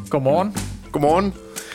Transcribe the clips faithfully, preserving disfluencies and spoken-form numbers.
Godmorgen. Godmorgen.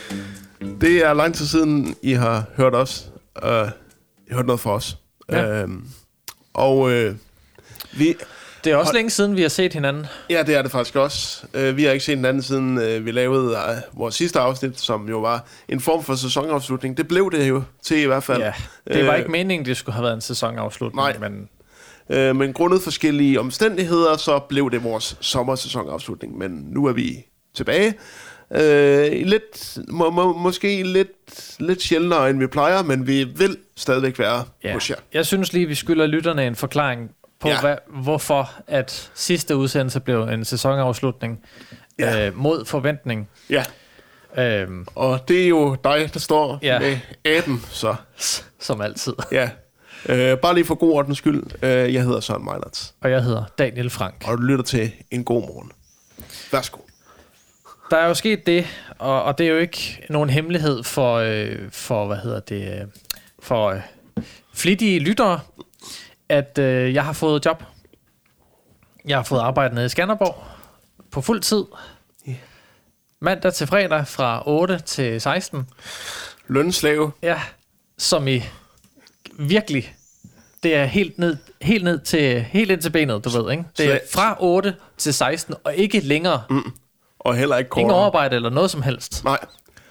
Det er lang tid siden, I har hørt os. Uh, I har hørt noget fra os. Ja. Uh, og uh, vi... Det er også hold... længe siden, vi har set hinanden. Ja, det er det faktisk også. Uh, vi har ikke set hinanden siden uh, vi lavede uh, vores sidste afsnit, som jo var en form for sæsonafslutning. Det blev det jo til i hvert fald. Ja, det var uh, ikke meningen, det skulle have været en sæsonafslutning. Nej. Men... Uh, men grundet forskellige omstændigheder, så blev det vores sommersæsonafslutning. Men nu er vi tilbage. Øh, lidt, må, må, måske lidt, lidt sjældnere, end vi plejer, men vi vil stadigvæk være ja. hos jer. Jeg synes lige, vi skylder lytterne en forklaring på, ja. hvad, hvorfor at sidste udsendelse blev en sæsonafslutning ja. øh, mod forventning. Ja, øhm, og det er jo dig, der står ja. med aben, så. Som altid. Ja. Øh, bare lige for god ordens skyld, øh, jeg hedder Søren Meilertz. Og jeg hedder Daniel Frank. Og du lytter til En God Morgen. Værsgo. Der er jo sket det, og, og det er jo ikke nogen hemmelighed for, øh, for hvad hedder det, øh, for øh, flittige lyttere, at øh, jeg har fået job. Jeg har fået arbejde nede i Skanderborg på fuld tid. Yeah. Mandag til fredag fra otte til seksten. Lønslave. Ja, som i virkelig, det er helt ned, helt ned til, helt ind til benet, du ved, ikke? Det er fra otte til seksten, og ikke længere. Mm. Og heller ikke kortere. Ingen overarbejde eller noget som helst. Nej.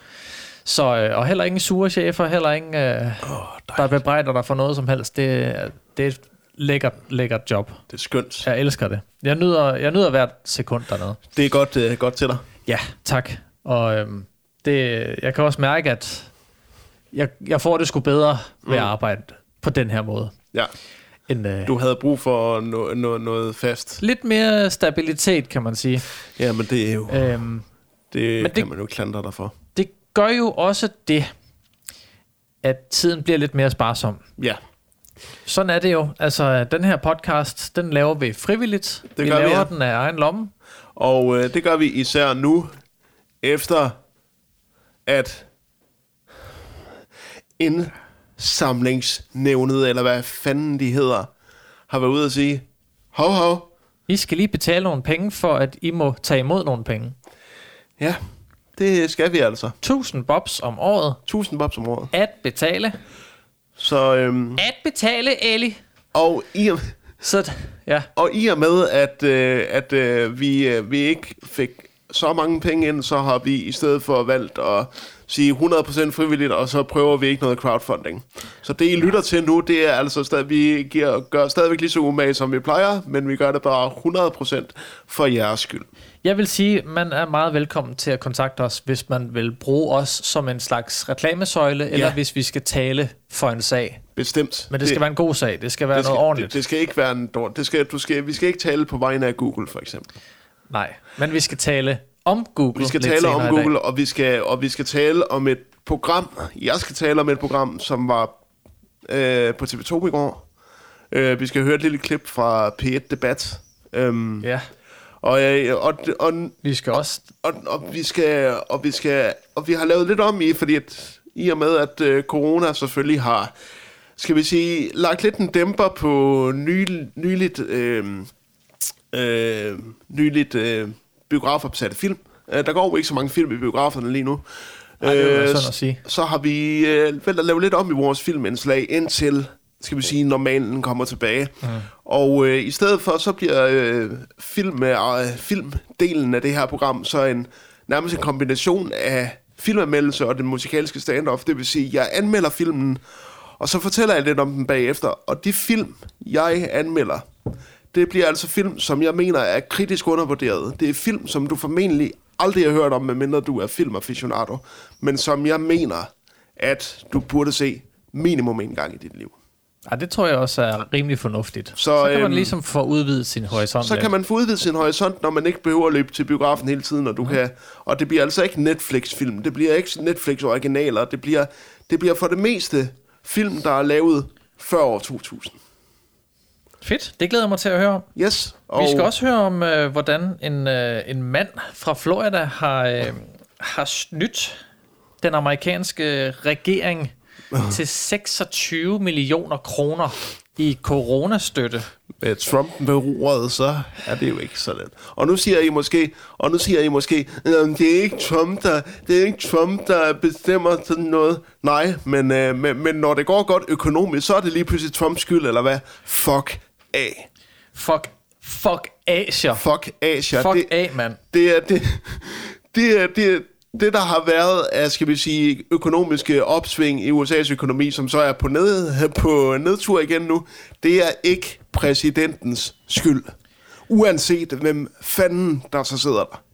Så, øh, og heller ingen sure chefer, heller ingen, øh, oh, der bebrejder dig for noget som helst. Det, det er et lækkert, lækkert job. Det er skønt. Jeg elsker det. Jeg nyder, jeg nyder hvert sekund dernede. Det er godt, øh, godt til dig. Ja, tak. Og øh, det, jeg kan også mærke, at jeg, jeg får det sgu bedre ved at arbejde på den her måde. Ja. End, øh, du havde brug for no, no, noget fast. Lidt mere stabilitet, kan man sige. Ja, men det er jo... Øhm, det men kan det, man jo klandre dig for. Det gør jo også det, at tiden bliver lidt mere sparsom. Ja. Sådan er det jo. Altså, den her podcast, den laver vi frivilligt. Det vi gør laver vi, ja. den af egen lomme. Og øh, det gør vi især nu, efter at indsamlingsnævnet, eller hvad fanden de hedder, har været ude at sige, hov, hov. I skal lige betale nogle penge, for at I må tage imod nogle penge. Ja, det skal vi altså. Tusind bobs om året. Tusind bobs om året. At betale. Så, øhm, At betale, Ellie. Og i og, Så, ja. og i og med, at, øh, at øh, vi, øh, vi ikke fik så mange penge ind, så har vi i stedet for valgt at sige hundrede procent frivilligt, og så prøver vi ikke noget crowdfunding. Så det, I lytter til nu, det er altså stadig, vi giver, gør stadigvæk lige så umage, som vi plejer, men vi gør det bare hundrede procent for jeres skyld. Jeg vil sige, man er meget velkommen til at kontakte os, hvis man vil bruge os som en slags reklamesøjle, eller ja. hvis vi skal tale for en sag. Bestemt. Men det skal det, være en god sag. Det skal være det skal, noget ordentligt. Det, det skal ikke være en dårlig. Det skal, du skal, vi skal ikke tale på vegne af Google, for eksempel. Nej, men vi skal tale om Google. Vi skal tale om Google, og vi skal, og vi skal tale om et program. Jeg skal tale om et program, som var øh, på T V to i går. Øh, vi skal høre et lille klip fra P et Debat. Øhm, ja. Og, øh, og, og, vi skal også og, og vi skal og vi skal og vi har lavet lidt om i, fordi at, i og med at øh, corona selvfølgelig har, skal vi sige, lagt lidt en dæmper på ny, nyligt øh, øh, nyligt øh, biografopsatte film. Uh, der går jo ikke så mange film i biograferne lige nu. Ej, det er sådan at sige. Så har vi uh, valgt at lave lidt om i vores filmindslag, indtil, skal vi sige, normalen kommer tilbage. Mm. Og uh, i stedet for, så bliver uh, film, uh, filmdelen af det her program så en nærmest en kombination af filmanmeldelse og den musikalske stand-off. Det vil sige, jeg anmelder filmen, og så fortæller jeg lidt om den bagefter. Og de film, jeg anmelder, det bliver altså film, som jeg mener er kritisk undervurderet. Det er film, som du formentlig aldrig har hørt om, medmindre du er filmaficionado, men som jeg mener, at du burde se minimum en gang i dit liv. Ja, det tror jeg også er rimelig fornuftigt. Så, så kan man øhm, ligesom få udvidet sin horisont. Så kan man få udvidet sin horisont, når man ikke behøver at løbe til biografen hele tiden, og du mm. kan. Og det bliver altså ikke Netflix-film. Det bliver ikke Netflix-originaler. Det bliver, det bliver for det meste film, der er lavet før år to tusind. Fedt, det glæder jeg mig til at høre om. Yes. Og vi skal også høre om, øh, hvordan en, øh, en mand fra Florida har, øh, har snydt den amerikanske regering uh. til seksogtyve millioner kroner i coronastøtte. med Trump ved roret, så er det jo ikke sådan. Og nu siger I måske, og nu siger I måske, det er ikke Trump, der, det er ikke Trump, der bestemmer sådan noget. Nej, men, øh, men, men når det går godt økonomisk, så er det lige pludselig Trumps skyld, eller hvad? Fuck af. Fuck, fuck Asia. Fuck Asia. Fuck det, af, mand. Det er det, det er det. Det, der har været af, skal vi sige, økonomiske opsving i U S A's økonomi, som så er på, ned, på nedtur igen nu, det er ikke præsidentens skyld. Uanset hvem fanden, der så sidder der.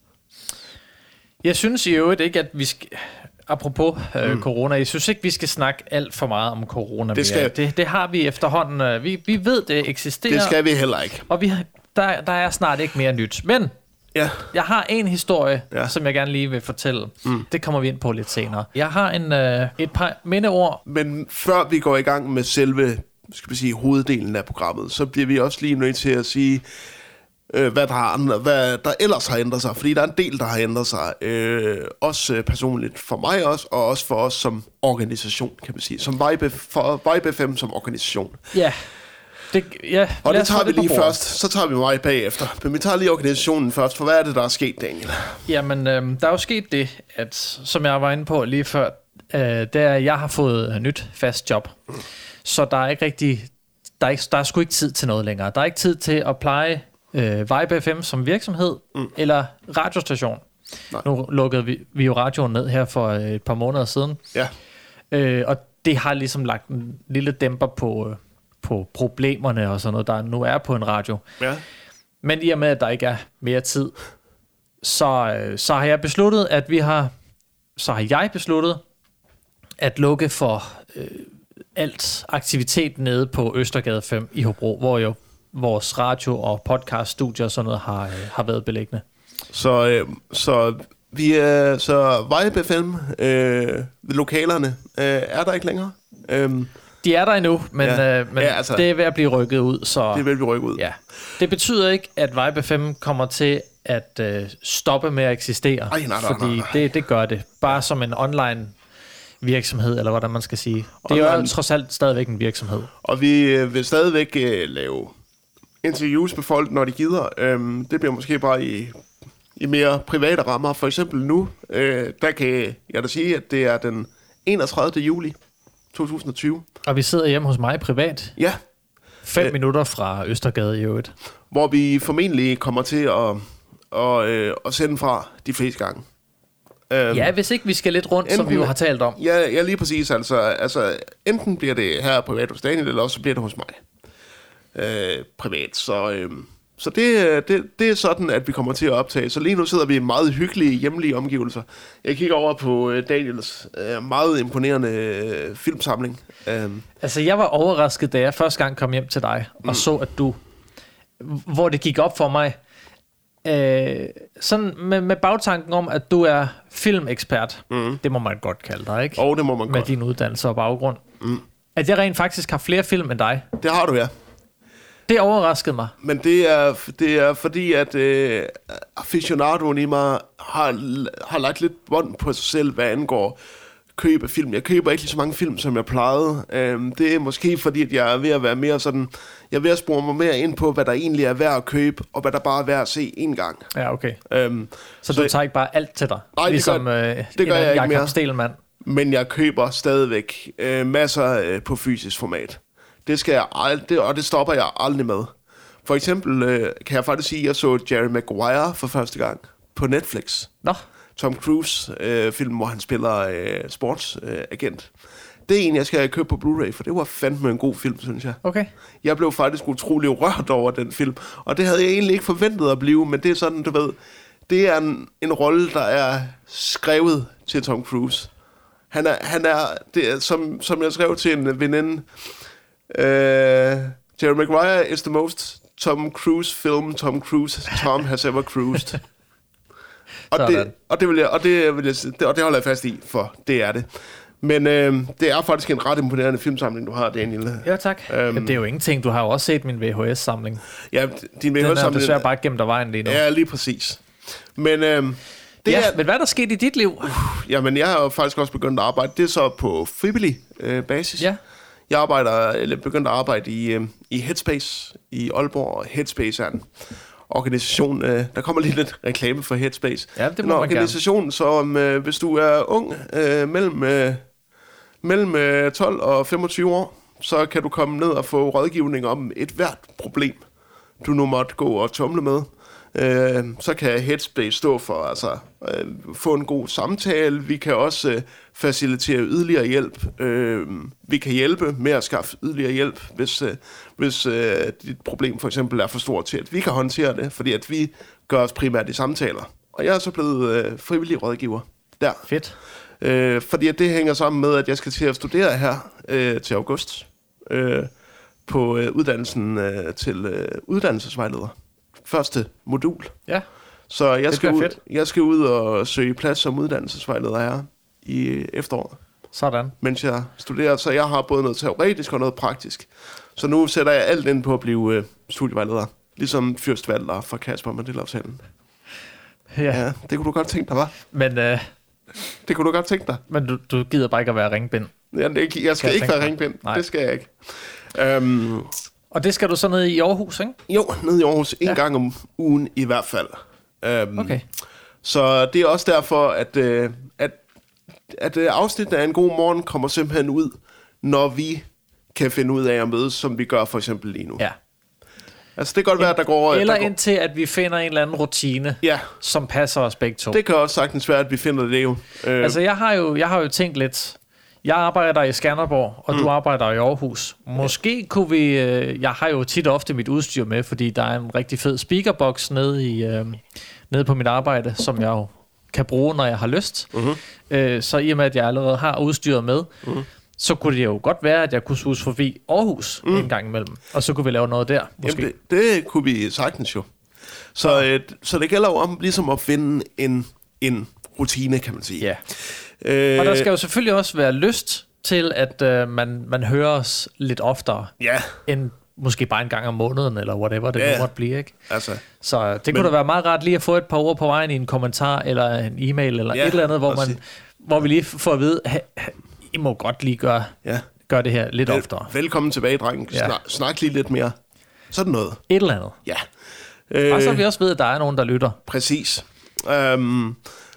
Jeg synes i øvrigt ikke, at vi skal... Apropos øh, mm. corona, jeg synes ikke, vi skal snakke alt for meget om corona. Det, skal... det, det har vi efterhånden. Vi, vi ved, det eksisterer. Det skal vi heller ikke. Og vi, der, der er snart ikke mere nyt. Men... Ja. Jeg har en historie, ja. som jeg gerne lige vil fortælle. Mm. Det kommer vi ind på lidt senere. Jeg har en, øh, et par mindeord. Men før vi går i gang med selve, skal vi sige, hoveddelen af programmet, så bliver vi også lige nødt til at sige, øh, hvad, der har andre, hvad der ellers har ændret sig. Fordi der er en del, der har ændret sig. Øh, også øh, personligt for mig også, og også for os som organisation, kan man sige. Som Vibe, for Vibe F M som organisation. Ja. Det, ja, og det tager vi lige først, så tager vi mig bagefter. Men vi tager lige organisationen først, for hvad er det, der er sket, Daniel? Jamen, øh, der er jo sket det, at, som jeg var inde på lige før, øh, det er, at jeg har fået et nyt fast job. Mm. Så der er ikke rigtig, der er, ikke, der er sgu ikke tid til noget længere. Der er ikke tid til at pleje øh, Vibe F M som virksomhed, mm. eller radiostation. Nej. Nu lukkede vi, vi jo radioen ned her for et par måneder siden. Ja. Øh, og det har ligesom lagt en lille dæmper på... Øh, på problemerne og sådan noget, der nu er på en radio. Ja. Men i og med, at der ikke er mere tid, så, så har jeg besluttet, at vi har, så har jeg besluttet at lukke for øh, alt aktivitet nede på Østergade fem i Hobro, hvor jo vores radio- og podcaststudier og sådan noget har, øh, har været beliggende. Så, øh, så vi er så Vibe F M øh, lokalerne øh, er der ikke længere. Øh, De er der endnu, men, ja. øh, men ja, altså, det er ved at blive rykket ud. Så, det er ved at blive rykket ud. Ja. Det betyder ikke, at Vibe F M kommer til at øh, stoppe med at eksistere. Ej, nej, nej, fordi nej, nej. Det, det gør det. Bare som en online virksomhed, eller hvordan man skal sige. Det er jo trods alt stadigvæk en virksomhed. Og vi øh, vil stadigvæk øh, lave interviews med folk, når de gider. Øhm, det bliver måske bare i, i mere private rammer. For eksempel nu, øh, der kan jeg da sige, at det er den enogtredivte juli to tusind og tyve. Og vi sidder hjemme hos mig privat. Ja. Fem øh, minutter fra Østergade i øvrigt. Hvor vi formentlig kommer til at, at, øh, at sende fra de fleste gange. Um, ja, hvis ikke vi skal lidt rundt, enten, som vi jo har talt om. Ja, ja lige præcis. Altså, altså, enten bliver det her privat hos Daniel, eller også bliver det hos mig. Øh, privat. Så, øh, så det, det, det er sådan, at vi kommer til at optage. Så lige nu sidder vi i meget hyggelige, hjemlige omgivelser. Jeg kigger over på øh, Daniels øh, meget imponerende øh, filmsamling. Um, altså, jeg var overrasket, da jeg første gang kom hjem til dig, og mm. så, at du... Hvor det gik op for mig... Øh, sådan med, med bagtanken om, at du er filmekspert. Mm. Det må man godt kalde dig, ikke? Og det må man med godt. Din uddannelse og baggrund. Mm. At jeg rent faktisk har flere film end dig. Det har du, ja. Det overraskede mig. Men det er, det er fordi, at øh, aficionadoen i mig har, har lagt lidt bånd på sig selv, hvad angår køb af film. Jeg køber ikke lige så mange film, som jeg plejede. Øhm, det er måske fordi, at jeg er ved at være mere sådan... Jeg er ved at spore mig mere ind på, hvad der egentlig er værd at købe, og hvad der bare er værd at se én gang. Ja, okay. Øhm, så, så du tager ikke bare alt til dig? Nej, ligesom, det gør, øh, det gør jeg ikke mere. Stelman. Men jeg køber stadigvæk øh, masser øh, på fysisk format. Det skal jeg aldrig, og det stopper jeg aldrig med. For eksempel øh, kan jeg faktisk sige, at jeg så Jerry Maguire for første gang på Netflix. Nå. Tom Cruise øh, film, hvor han spiller øh, sportsagent. Øh, det er en, jeg skal købe på Blu-ray, for det var fandme en god film, synes jeg. Okay. Jeg blev faktisk utrolig rørt over den film, og det havde jeg egentlig ikke forventet at blive, men det er sådan, du ved, det er en, en rolle, der er skrevet til Tom Cruise. Han er, han er, det er som, som jeg skrev til en veninde, øh, Jerry Maguire is the most Tom Cruise film Tom Cruise Tom has ever cruised. Og det, og det vil jeg, og det vil jeg, det, og det holder jeg fast i, for det er det. Men øh, det er faktisk en ret imponerende filmsamling, du har, Daniel. Ja, tak. Øhm, ja, det er jo ingenting. Du har jo også set min V H S-samling. Ja, din V H S-samling... Den er desværre bare gemt af vejen lige nu. Ja, lige præcis. Men, øh, det ja, er, men hvad er der sket i dit liv? Uh, jamen, jeg har jo faktisk også begyndt at arbejde. Det er så på frivillig øh, basis. Ja. Jeg arbejder, eller begyndte at arbejde i, øh, i Headspace i Aalborg, og Headspace er en organisation, øh, der kommer lige lidt reklame for Headspace. Ja, det må en man organisation, gerne. Som øh, hvis du er ung, øh, mellem, øh, mellem øh, tolv og femogtyve år, så kan du komme ned og få rådgivning om et hvert problem, du nu måtte gå og tumle med. Øh, så kan Headspace stå for altså øh, få en god samtale. Vi kan også øh, facilitere yderligere hjælp. Øh, vi kan hjælpe med at skaffe yderligere hjælp, hvis, øh, hvis øh, dit problem for eksempel er for stort til, at vi kan håndtere det, fordi at vi gør os primært i samtaler. Og jeg er så blevet øh, frivillig rådgiver der. Fedt. Øh, fordi at det hænger sammen med, at jeg skal til at studere her øh, til august øh, på øh, uddannelsen øh, til øh, uddannelsesvejleder. Første modul. Ja. Så jeg skal, ud, fedt. jeg skal ud og søge plads som uddannelsesvejleder her i efteråret. Sådan. Mens jeg studerer, så jeg har både noget teoretisk og noget praktisk. Så nu sætter jeg alt ind på at blive øh, studievejleder. Ligesom Fyrstvalder fra Kasper Mandelovshallen. Ja. Ja, det kunne du godt tænke dig, hva'? Men, øh, Det kunne du godt tænke dig. men du, du gider bare ikke at være ringbind. Ja, det, jeg skal jeg ikke tænke være mig? ringbind. Nej. Det skal jeg ikke. Um, Og det skal du så ned i Aarhus, ikke? jo, ned i Aarhus. En Ja. ja. gang om ugen i hvert fald. Um, Okay. Så det er også derfor, at, øh, at, at øh, afsnittet af En God Morgen kommer simpelthen ud, når vi kan finde ud af at mødes, som vi gør for eksempel lige nu. Ja. Altså det kan godt være, at der går... Eller der går, indtil, at vi finder en eller anden rutine, ja, som passer os begge to. det kan også sagtens være, at vi finder det jo. Øh, Altså, jeg har jo, jeg har jo tænkt lidt... Jeg arbejder i Skanderborg, og mm. du arbejder i Aarhus. Måske kunne vi... Øh, jeg har jo tit og ofte mit udstyr med, fordi der er en rigtig fed speakerbox nede, i, øh, nede på mit arbejde, som jeg jo kan bruge, når jeg har lyst. uh-huh. Øh, så i og med, at jeg allerede har udstyret med, uh-huh. så kunne det jo godt være, at jeg kunne sus forbi Aarhus mm. en gang imellem. Og så kunne vi lave noget der, måske. Jamen, det, det kunne vi sagtens jo. Så, øh, så det gælder jo om ligesom at finde en, en rutine, kan man sige. Ja. Øh, Og der skal jo selvfølgelig også være lyst til, at øh, man, man hører os lidt oftere, Ja, end måske bare en gang om måneden, eller whatever det Ja. nu måtte blive, ikke? altså... Så øh, det kunne Men- da være meget rart lige at få et par ord på vejen i en kommentar, eller en e-mail, eller Ja, et eller andet, hvor, præcis. man, hvor vi lige får at vide, "Ha- ha- I må godt lige gøre, Ja. gøre det her lidt Vel, oftere. velkommen tilbage, dreng. Ja. Snak, snak lige lidt mere. Sådan noget. Et eller andet. Ja. Øh, og så Øh, vi også ved, at der er nogen, der lytter. præcis. Um,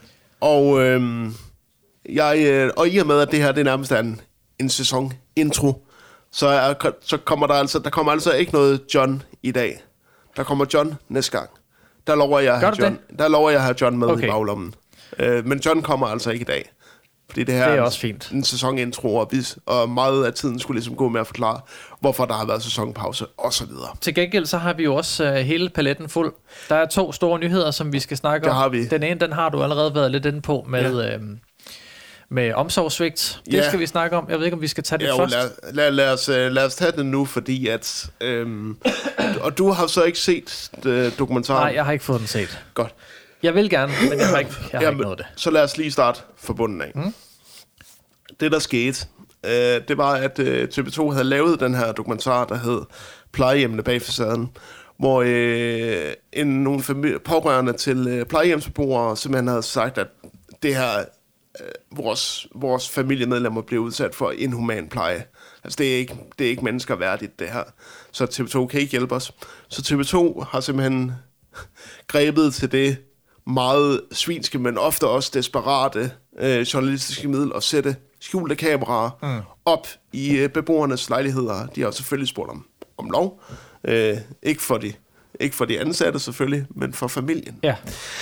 og, øhm, jeg, øh, og i og med, at det her det er nærmest er en, en sæson intro, så, er, så kommer der altså, der kommer altså ikke noget John i dag. Der kommer John næste gang. Der lover jeg at Gør have du John, der lover jeg at have John med Okay. i baglommen. Uh, men John kommer altså ikke i dag. Fordi det her Det er en- også fint. en sæsonintro, og, vi, og meget af tiden skulle ligesom gå med at forklare, hvorfor der har været sæsonpause, og så videre. Til gengæld så har vi jo også uh, hele paletten fuld. Der er to store nyheder, som vi skal snakke Det om. har vi. Den ene, den har du allerede været lidt inde på med, ja. øhm, med omsorgssvigt. Det Ja. skal vi snakke om. Jeg ved ikke, om vi skal tage det Ja, jo, først. lad, lad, lad, os, øh, lad os tage det nu, fordi at... Øhm, og du har så ikke set øh, dokumentaren? Nej, jeg har ikke fået den set. Godt. Jeg vil gerne, men jeg har ikke, jeg har Jamen, ikke nået det. Så lad os lige starte fra bunden af. Mm. Det, der skete, øh, det var, at øh, T V to havde lavet den her dokumentar, der hed Plejehjemmene bag facaden, hvor øh, en, nogle familie, pårørende til øh, plejehjemsbeboere simpelthen havde sagt, at det her, øh, vores, vores familiemedlemmer blev udsat for inhuman pleje. Altså, det er ikke, det er ikke mennesker værdigt, det her. Så T V to kan ikke hjælpe os. Så T V to har simpelthen grebet til det meget svinske, men ofte også desperate øh, journalistiske middel at sætte skjulte kameraer mm. op i øh, beboernes lejligheder. De har jo selvfølgelig spurgt om, om lov. Øh, ikke, for de, ikke for de ansatte selvfølgelig, men for familien. Ja,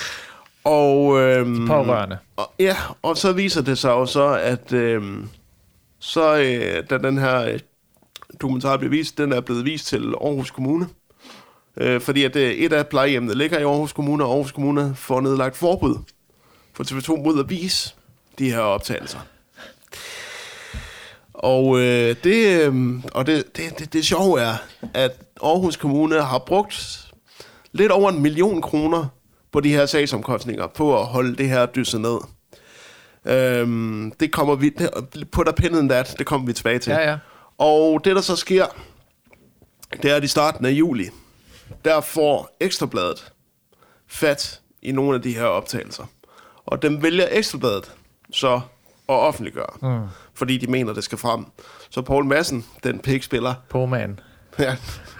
Og, øhm, pårørende. og, ja, og så viser det sig jo så, at øhm, så, øh, da den her øh, dokumentar blev vist, den er blevet vist til Aarhus Kommune. Øh, fordi at øh, et af plejehjemmene ligger i Aarhus Kommune, og Aarhus Kommune får nedlagt forbud for T V to mod at vise de her optagelser. Og øh, det, øh, og det, det, det, det sjove er, at Aarhus Kommune har brugt lidt over en million kroner på de her sagsomkostninger, på at holde det her dysset ned. Øhm, det kommer vi, det, put a pin in that, det kommer vi tilbage til. Ja, ja. Og det, der så sker, det er, at i starten af juli, der får Ekstrabladet fat i nogle af de her optagelser. Og dem vælger Ekstrabladet så og offentliggøre. Mm. Fordi de mener, det skal frem. Så Poul Madsen, den pikspiller... Påman. Ja.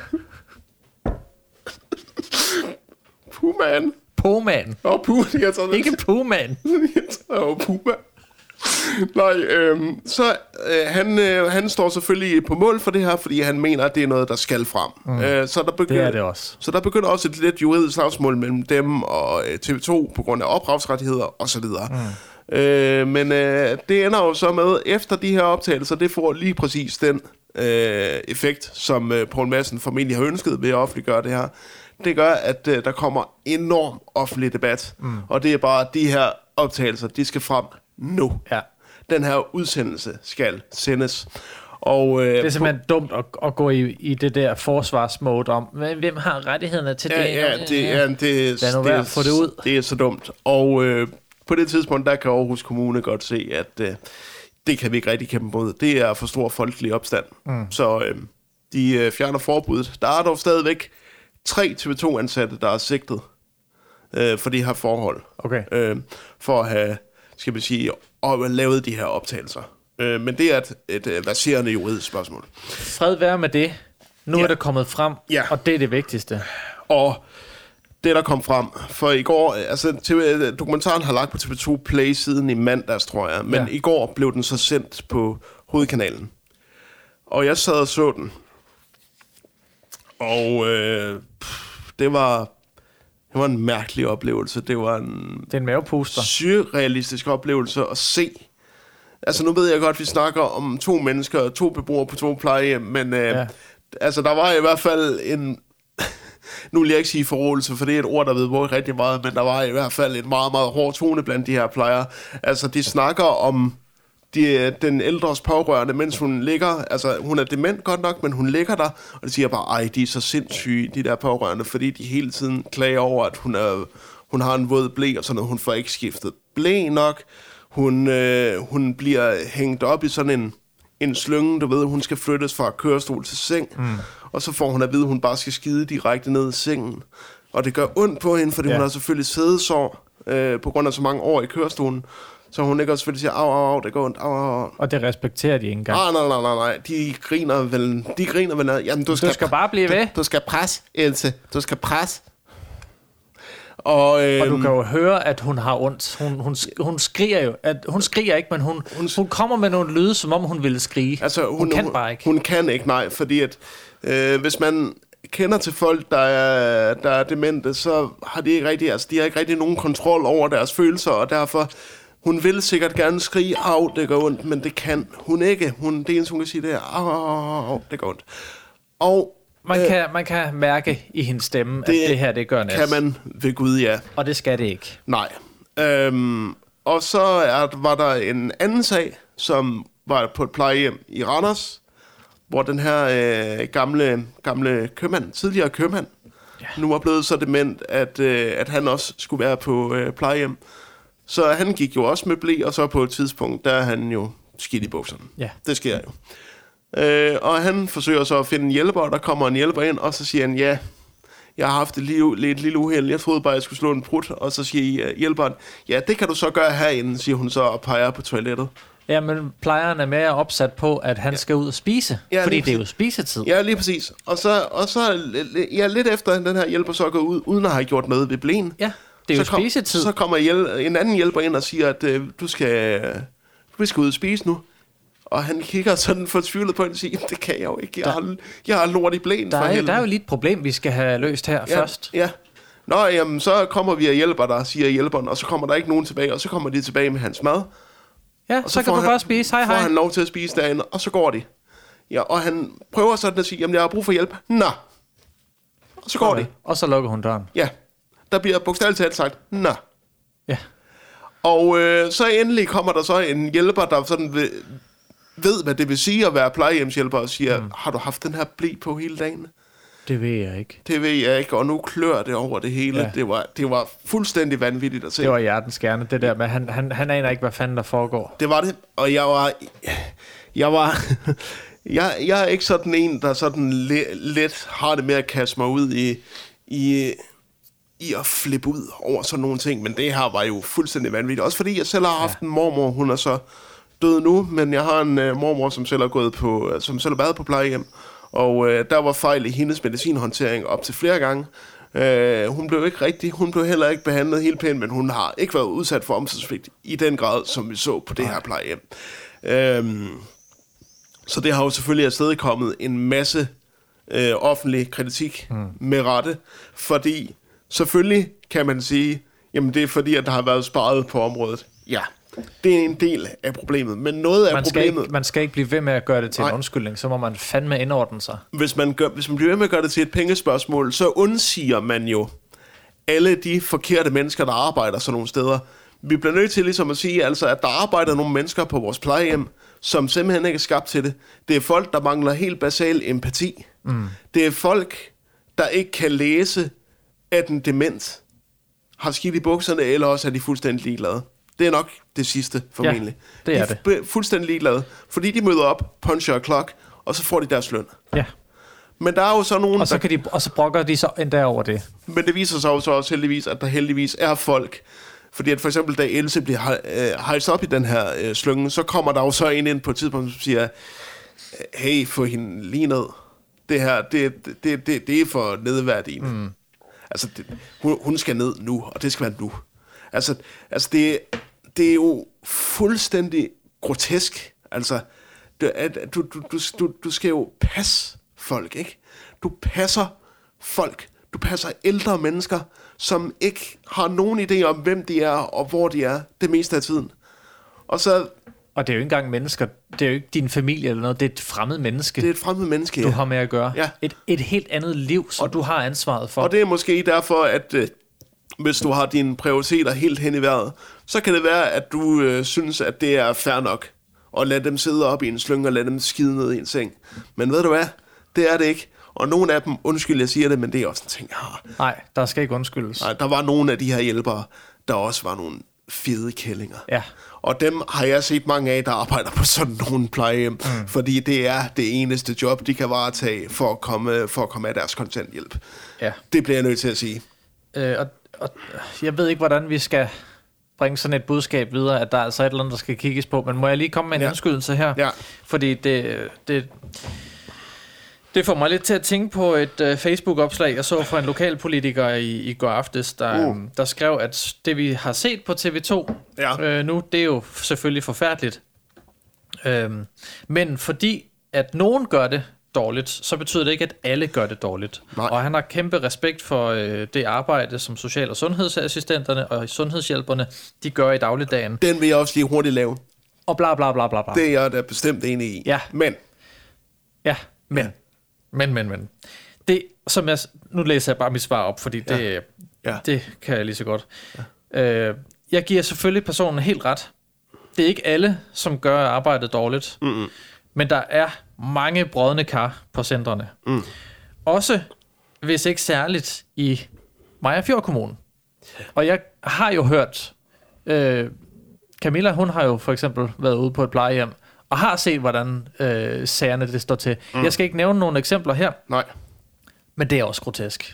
Puman. Påman. Åh, oh, Puma. Jeg tager Ikke Påman. Åh, oh, Puma. Nej, øhm, så øh, han, øh, han står selvfølgelig på mål for det her, fordi han mener, at det er noget, der skal frem. Mm. Øh, så der begynder, det er det også. Så der begynder også et lidt juridisk slagsmål mellem dem og øh, T V to på grund af ophavsrettigheder osv. Mm. Øh, men øh, det ender jo så med, efter de her optagelser, det får lige præcis den øh, effekt, som øh, Poul Madsen formentlig har ønsket ved at offentliggøre det her. Det gør, at øh, der kommer enorm offentlig debat, mm. og det er bare, de her optagelser, de skal frem nu. Ja. Den her udsendelse skal sendes. Og, øh, det er simpelthen på, dumt at, at gå i, i det der forsvarsmode om, hvem har rettighederne til ja, det? Ja, det, ja, det, det, er, det, få det ud. Det er så dumt. Og øh, på det tidspunkt, der kan Aarhus Kommune godt se, at øh, det kan vi ikke rigtig kæmpe mod. Det er for stor folkelig opstand. Mm. Så øh, de øh, fjerner forbuddet. Der er dog stadigvæk tre T V to-ansatte, der er sigtet øh, for de her forhold. Okay. Øh, for at have, skal vi sige, og lavet de her optagelser. Øh, men det er et, et, et verserende juridisk spørgsmål. Fred være med det. Nu ja. er det kommet frem, ja. og det er det vigtigste. Og det, der kom frem, for i går, altså T V, dokumentaren har lagt på T V to Play siden i mandags, tror jeg, men ja. i går blev den så sendt på hovedkanalen. Og jeg sad og så den. Og øh, pff, det var... Det var en mærkelig oplevelse. Det var en, det er en mavepuster. Surrealistisk oplevelse at se. Altså nu ved jeg godt, at vi snakker om to mennesker, to beboere på to plejehjem, men øh, ja. altså der var i hvert fald en... nu vil jeg ikke sige forrådelse, for det er et ord, der ved hvor rigtig meget, men der var i hvert fald en meget, meget hård tone blandt de her plejere. Altså de snakker om de, den ældres pårørende, mens hun ligger, altså hun er dement godt nok, men hun ligger der, og de siger bare, ej, de er så sindssyge, de der pårørende, fordi de hele tiden klager over, at hun, er, hun har en våd ble, og sådan noget, hun får ikke skiftet ble nok, hun, øh, hun bliver hængt op i sådan en, en slynge, du ved, hun skal flyttes fra kørestol til seng, mm. og så får hun at vide, at hun bare skal skide direkte ned i sengen, og det gør ondt på hende, fordi ja. hun har selvfølgelig sædesår, øh, på grund af så mange år i kørestolen. Så hun ikke også selvfølgelig siger, au, au, au, det går ondt, au, au, au. Og det respekterer de ikke engang. Ah, nej, nej, nej, nej, de griner vel, de griner vel, jamen du skal... Du skal bare blive ved. Du, du skal presse, Else, du skal presse. Og, øhm, og du kan jo høre, at hun har ondt. Hun, hun, hun skriger jo, at hun skriger ikke, men hun, hun, hun kommer med nogle lyde, som om hun ville skrige. Altså, hun, hun kan hun, bare ikke. Hun kan ikke, nej, fordi at, øh, hvis man kender til folk, der er, der er demente, så har de ikke rigtig, altså, de har ikke rigtig nogen kontrol over deres følelser, og derfor... Hun vil sikkert gerne skrige, au, det går ondt, men det kan hun ikke. Hun, det eneste, hun kan sige, det er, au, au, au, det går ondt. Og, man, øh, kan, man kan mærke i hendes stemme, det at det her, det gør næst. Kan man ved Gud, ja. Og det skal det ikke. Nej. Øhm, og så er, var der en anden sag, som var på et plejehjem i Randers, hvor den her øh, gamle, gamle købmand, tidligere købmand, ja. nu er blevet så dement, at, øh, at han også skulle være på øh, plejehjem. Så han gik jo også med ble, og så på et tidspunkt, der er han jo skidt i bukserne. Ja. Det sker jo. Øh, og han forsøger så at finde en hjælper, og der kommer en hjælper ind, og så siger han, ja, jeg har haft et, liv, et lille uheld, jeg troede bare, jeg skulle slå en prut, og så siger hjælperen, ja, det kan du så gøre herinde, siger hun så, og peger på toilettet. Ja, men plejeren er mere opsat på, at han ja. skal ud og spise, ja, fordi det er jo spisetid. Ja, lige præcis. Og så, og så ja, lidt efter den her hjælper så går ud, uden at have gjort noget ved blen. Ja. Det er jo så kom, spisetid. Så kommer en anden hjælper ind og siger, at øh, du, skal, du skal ud og spise nu. Og han kigger sådan fortvivlet på hende og siger, det kan jeg jo ikke. Jeg, der, har, jeg har lort i blæen. Der, er, der er jo lige et problem, vi skal have løst her ja, først. Ja. Nå, jamen, så kommer vi og hjælper dig, siger hjælperen. Og så kommer der ikke nogen tilbage, og så kommer de tilbage med hans mad. Ja, så, så kan du han, bare spise. Hej, hej. får han lov til at spise derinde, og så går de. Ja, og han prøver sådan at sige, jamen, jeg har brug for hjælp. Nå. Og så går okay. de. Og så lukker hun døren. Ja. Der bliver bogstaveligt talt sagt, nå. Ja. Og øh, så endelig kommer der så en hjælper, der sådan ved, ved, hvad det vil sige at være plejehjemshjælper, og siger, mm. har du haft den her ble på hele dagen? Det ved jeg ikke. Det ved jeg ikke, og nu klør det over det hele. Ja. Det, var, det var fuldstændig vanvittigt at se. Det var hjertens gerne, det der med, han, han, han aner ikke, hvad fanden der foregår. Det var det, og jeg var... Jeg var... jeg, jeg er ikke sådan en, der sådan let, let har det med at kaste mig ud i... i i at flippe ud over sådan nogle ting, men det her var jo fuldstændig vanvittigt. Også fordi jeg selv har haft ja. en mormor, hun er så død nu, men jeg har en øh, mormor, som selv har gået på, som selv har været på plejehjem, og øh, der var fejl i hendes medicinhåndtering op til flere gange. Øh, hun blev ikke rigtig, hun blev heller ikke behandlet helt pænt, men hun har ikke været udsat for omsorgssvigt i den grad, som vi så på det her plejehjem. Øh, så det har jo selvfølgelig afstedkommet en masse øh, offentlig kritik mm. med rette, fordi selvfølgelig kan man sige, jamen det er fordi, at der har været sparet på området. Ja, det er en del af problemet, men noget af man skal problemet... Ikke, man skal ikke blive ved med at gøre det til Nej. en undskyldning, så må man fandme indordne sig. Hvis man, gør, hvis man bliver ved med at gøre det til et pengespørgsmål, så undsiger man jo alle de forkerte mennesker, der arbejder sådan nogle steder. Vi bliver nødt til ligesom at sige, altså, at der arbejder nogle mennesker på vores plejehjem, som simpelthen ikke er skabt til det. Det er folk, der mangler helt basal empati. Mm. Det er folk, der ikke kan læse, at en dement har skidt i bukserne, eller også er de fuldstændig ligeglade. Det er nok det sidste, formentlig. Ja, det er de det. er fuldstændig ligeglade, fordi de møder op, puncher og clock, og så får de deres løn. Ja. Men der er jo så nogen, og så, der... kan de, og så brokker de så endda over det. Men det viser sig jo så også heldigvis, at der heldigvis er folk. Fordi at for eksempel, da Else bliver hejst op i den her øh, slynge, så kommer der jo så en ind på et tidspunkt, som siger, hey, få hende lige ned. Det her, det, det, det, det er for nedværdigende. Mm. Altså, det, hun, hun skal ned nu, og det skal være nu. Altså, altså det, det er jo fuldstændig grotesk. Altså, du, du, du, du, du skal jo passe folk, ikke? Du passer folk. Du passer ældre mennesker, som ikke har nogen idé om, hvem de er og hvor de er det meste af tiden. Og så... Og det er jo ikke engang mennesker. Det er jo ikke din familie eller noget. Det er et fremmed menneske. Det er et fremmed menneske, du ja. har med at gøre. Ja. Et, et helt andet liv, som og, du har ansvaret for. Og det er måske derfor, at øh, hvis du har dine prioriteter helt hen i vejret, så kan det være, at du øh, synes, at det er fair nok at lade dem sidde op i en slynge og lade dem skide ned i en seng. Men ved du hvad? Det er det ikke. Og nogle af dem, undskyld, jeg siger det, men det er også en ting, jeg har. Nej, der skal ikke undskyldes. Nej, der var nogle af de her hjælpere, der også var nogle fede kællinger. Ja. Og dem har jeg set mange af, der arbejder på sådan nogle plejehjem, mm. fordi det er det eneste job, de kan varetage for at komme, for at komme af deres kontanthjælp. Ja. Det bliver jeg nødt til at sige. Øh, og, og jeg ved ikke, hvordan vi skal bringe sådan et budskab videre, at der er altså et eller andet, der skal kigges på, men må jeg lige komme med en ja. undskyldelse her? Ja. Fordi det... det Det får mig lidt til at tænke på et uh, Facebook-opslag, jeg så fra en lokalpolitiker i, i går aftes, der, uh. der skrev, at det vi har set på T V to ja. øh, nu, det er jo selvfølgelig forfærdeligt. Øhm, men fordi at nogen gør det dårligt, så betyder det ikke, at alle gør det dårligt. Nej. Og han har kæmpe respekt for øh, det arbejde, som social- og sundhedsassistenterne og sundhedshjælperne, de gør i dagligdagen. Den vil jeg også lige hurtigt lave. Og bla bla bla bla bla. Det er jeg da bestemt enig i. Ja. Men. Ja, men. Ja. Men, men, men. Det, som jeg, nu læser jeg bare mit svar op, fordi det, ja. Ja. det kan jeg lige så godt. Ja. Øh, jeg giver selvfølgelig personen helt ret. Det er ikke alle, som gør arbejdet dårligt. Mm-hmm. Men der er mange brodne kar på centrene. Mm. Også, hvis ikke særligt, i Mariagerfjord Kommune. Og jeg har jo hørt, øh, Camilla, hun har jo for eksempel været ude på et plejehjem, og har set, hvordan øh, sagerne det står til. Mm. Jeg skal ikke nævne nogle eksempler her. Nej. Men det er også grotesk.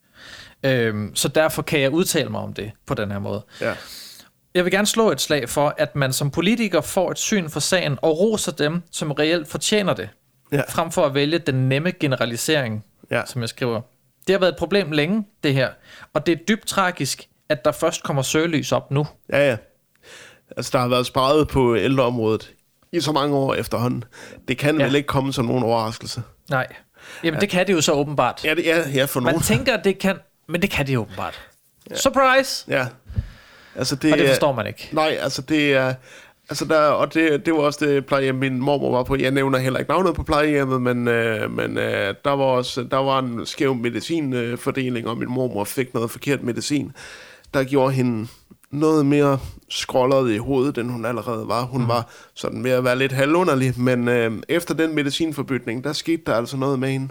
Ja. Øhm, så derfor kan jeg udtale mig om det på den her måde. Ja. Jeg vil gerne slå et slag for, at man som politiker får et syn for sagen, og roser dem, som reelt fortjener det. Ja. Frem for at vælge den nemme generalisering, ja. som jeg skriver. Det har været et problem længe, det her. Og det er dybt tragisk, at der først kommer søgelys op nu. Ja, ja. Altså, der har været sparet på ældreområdet i så mange år efterhånden. Det kan ja. vel ikke komme som nogen overraskelse. Nej. Jamen, ja. det kan det jo så åbenbart. Ja, det er ja, for nogen. Man tænker, at det kan, men det kan det åbenbart. Ja. Surprise! Ja. Altså, det, og det forstår man ikke. Nej, altså det er... Altså der, og det, det var også det plejehjem, min mormor var på. Jeg nævner heller ikke navnet på plejehjemmet, men, øh, men øh, der, var også, der var en skæv medicinfordeling, og min mormor fik noget forkert medicin, der gjorde hende noget mere skrållet i hovedet, end hun allerede var. Hun mm. var sådan ved at være lidt halvunderlig, men øh, efter den medicinforbytning, der skete der altså noget med hende,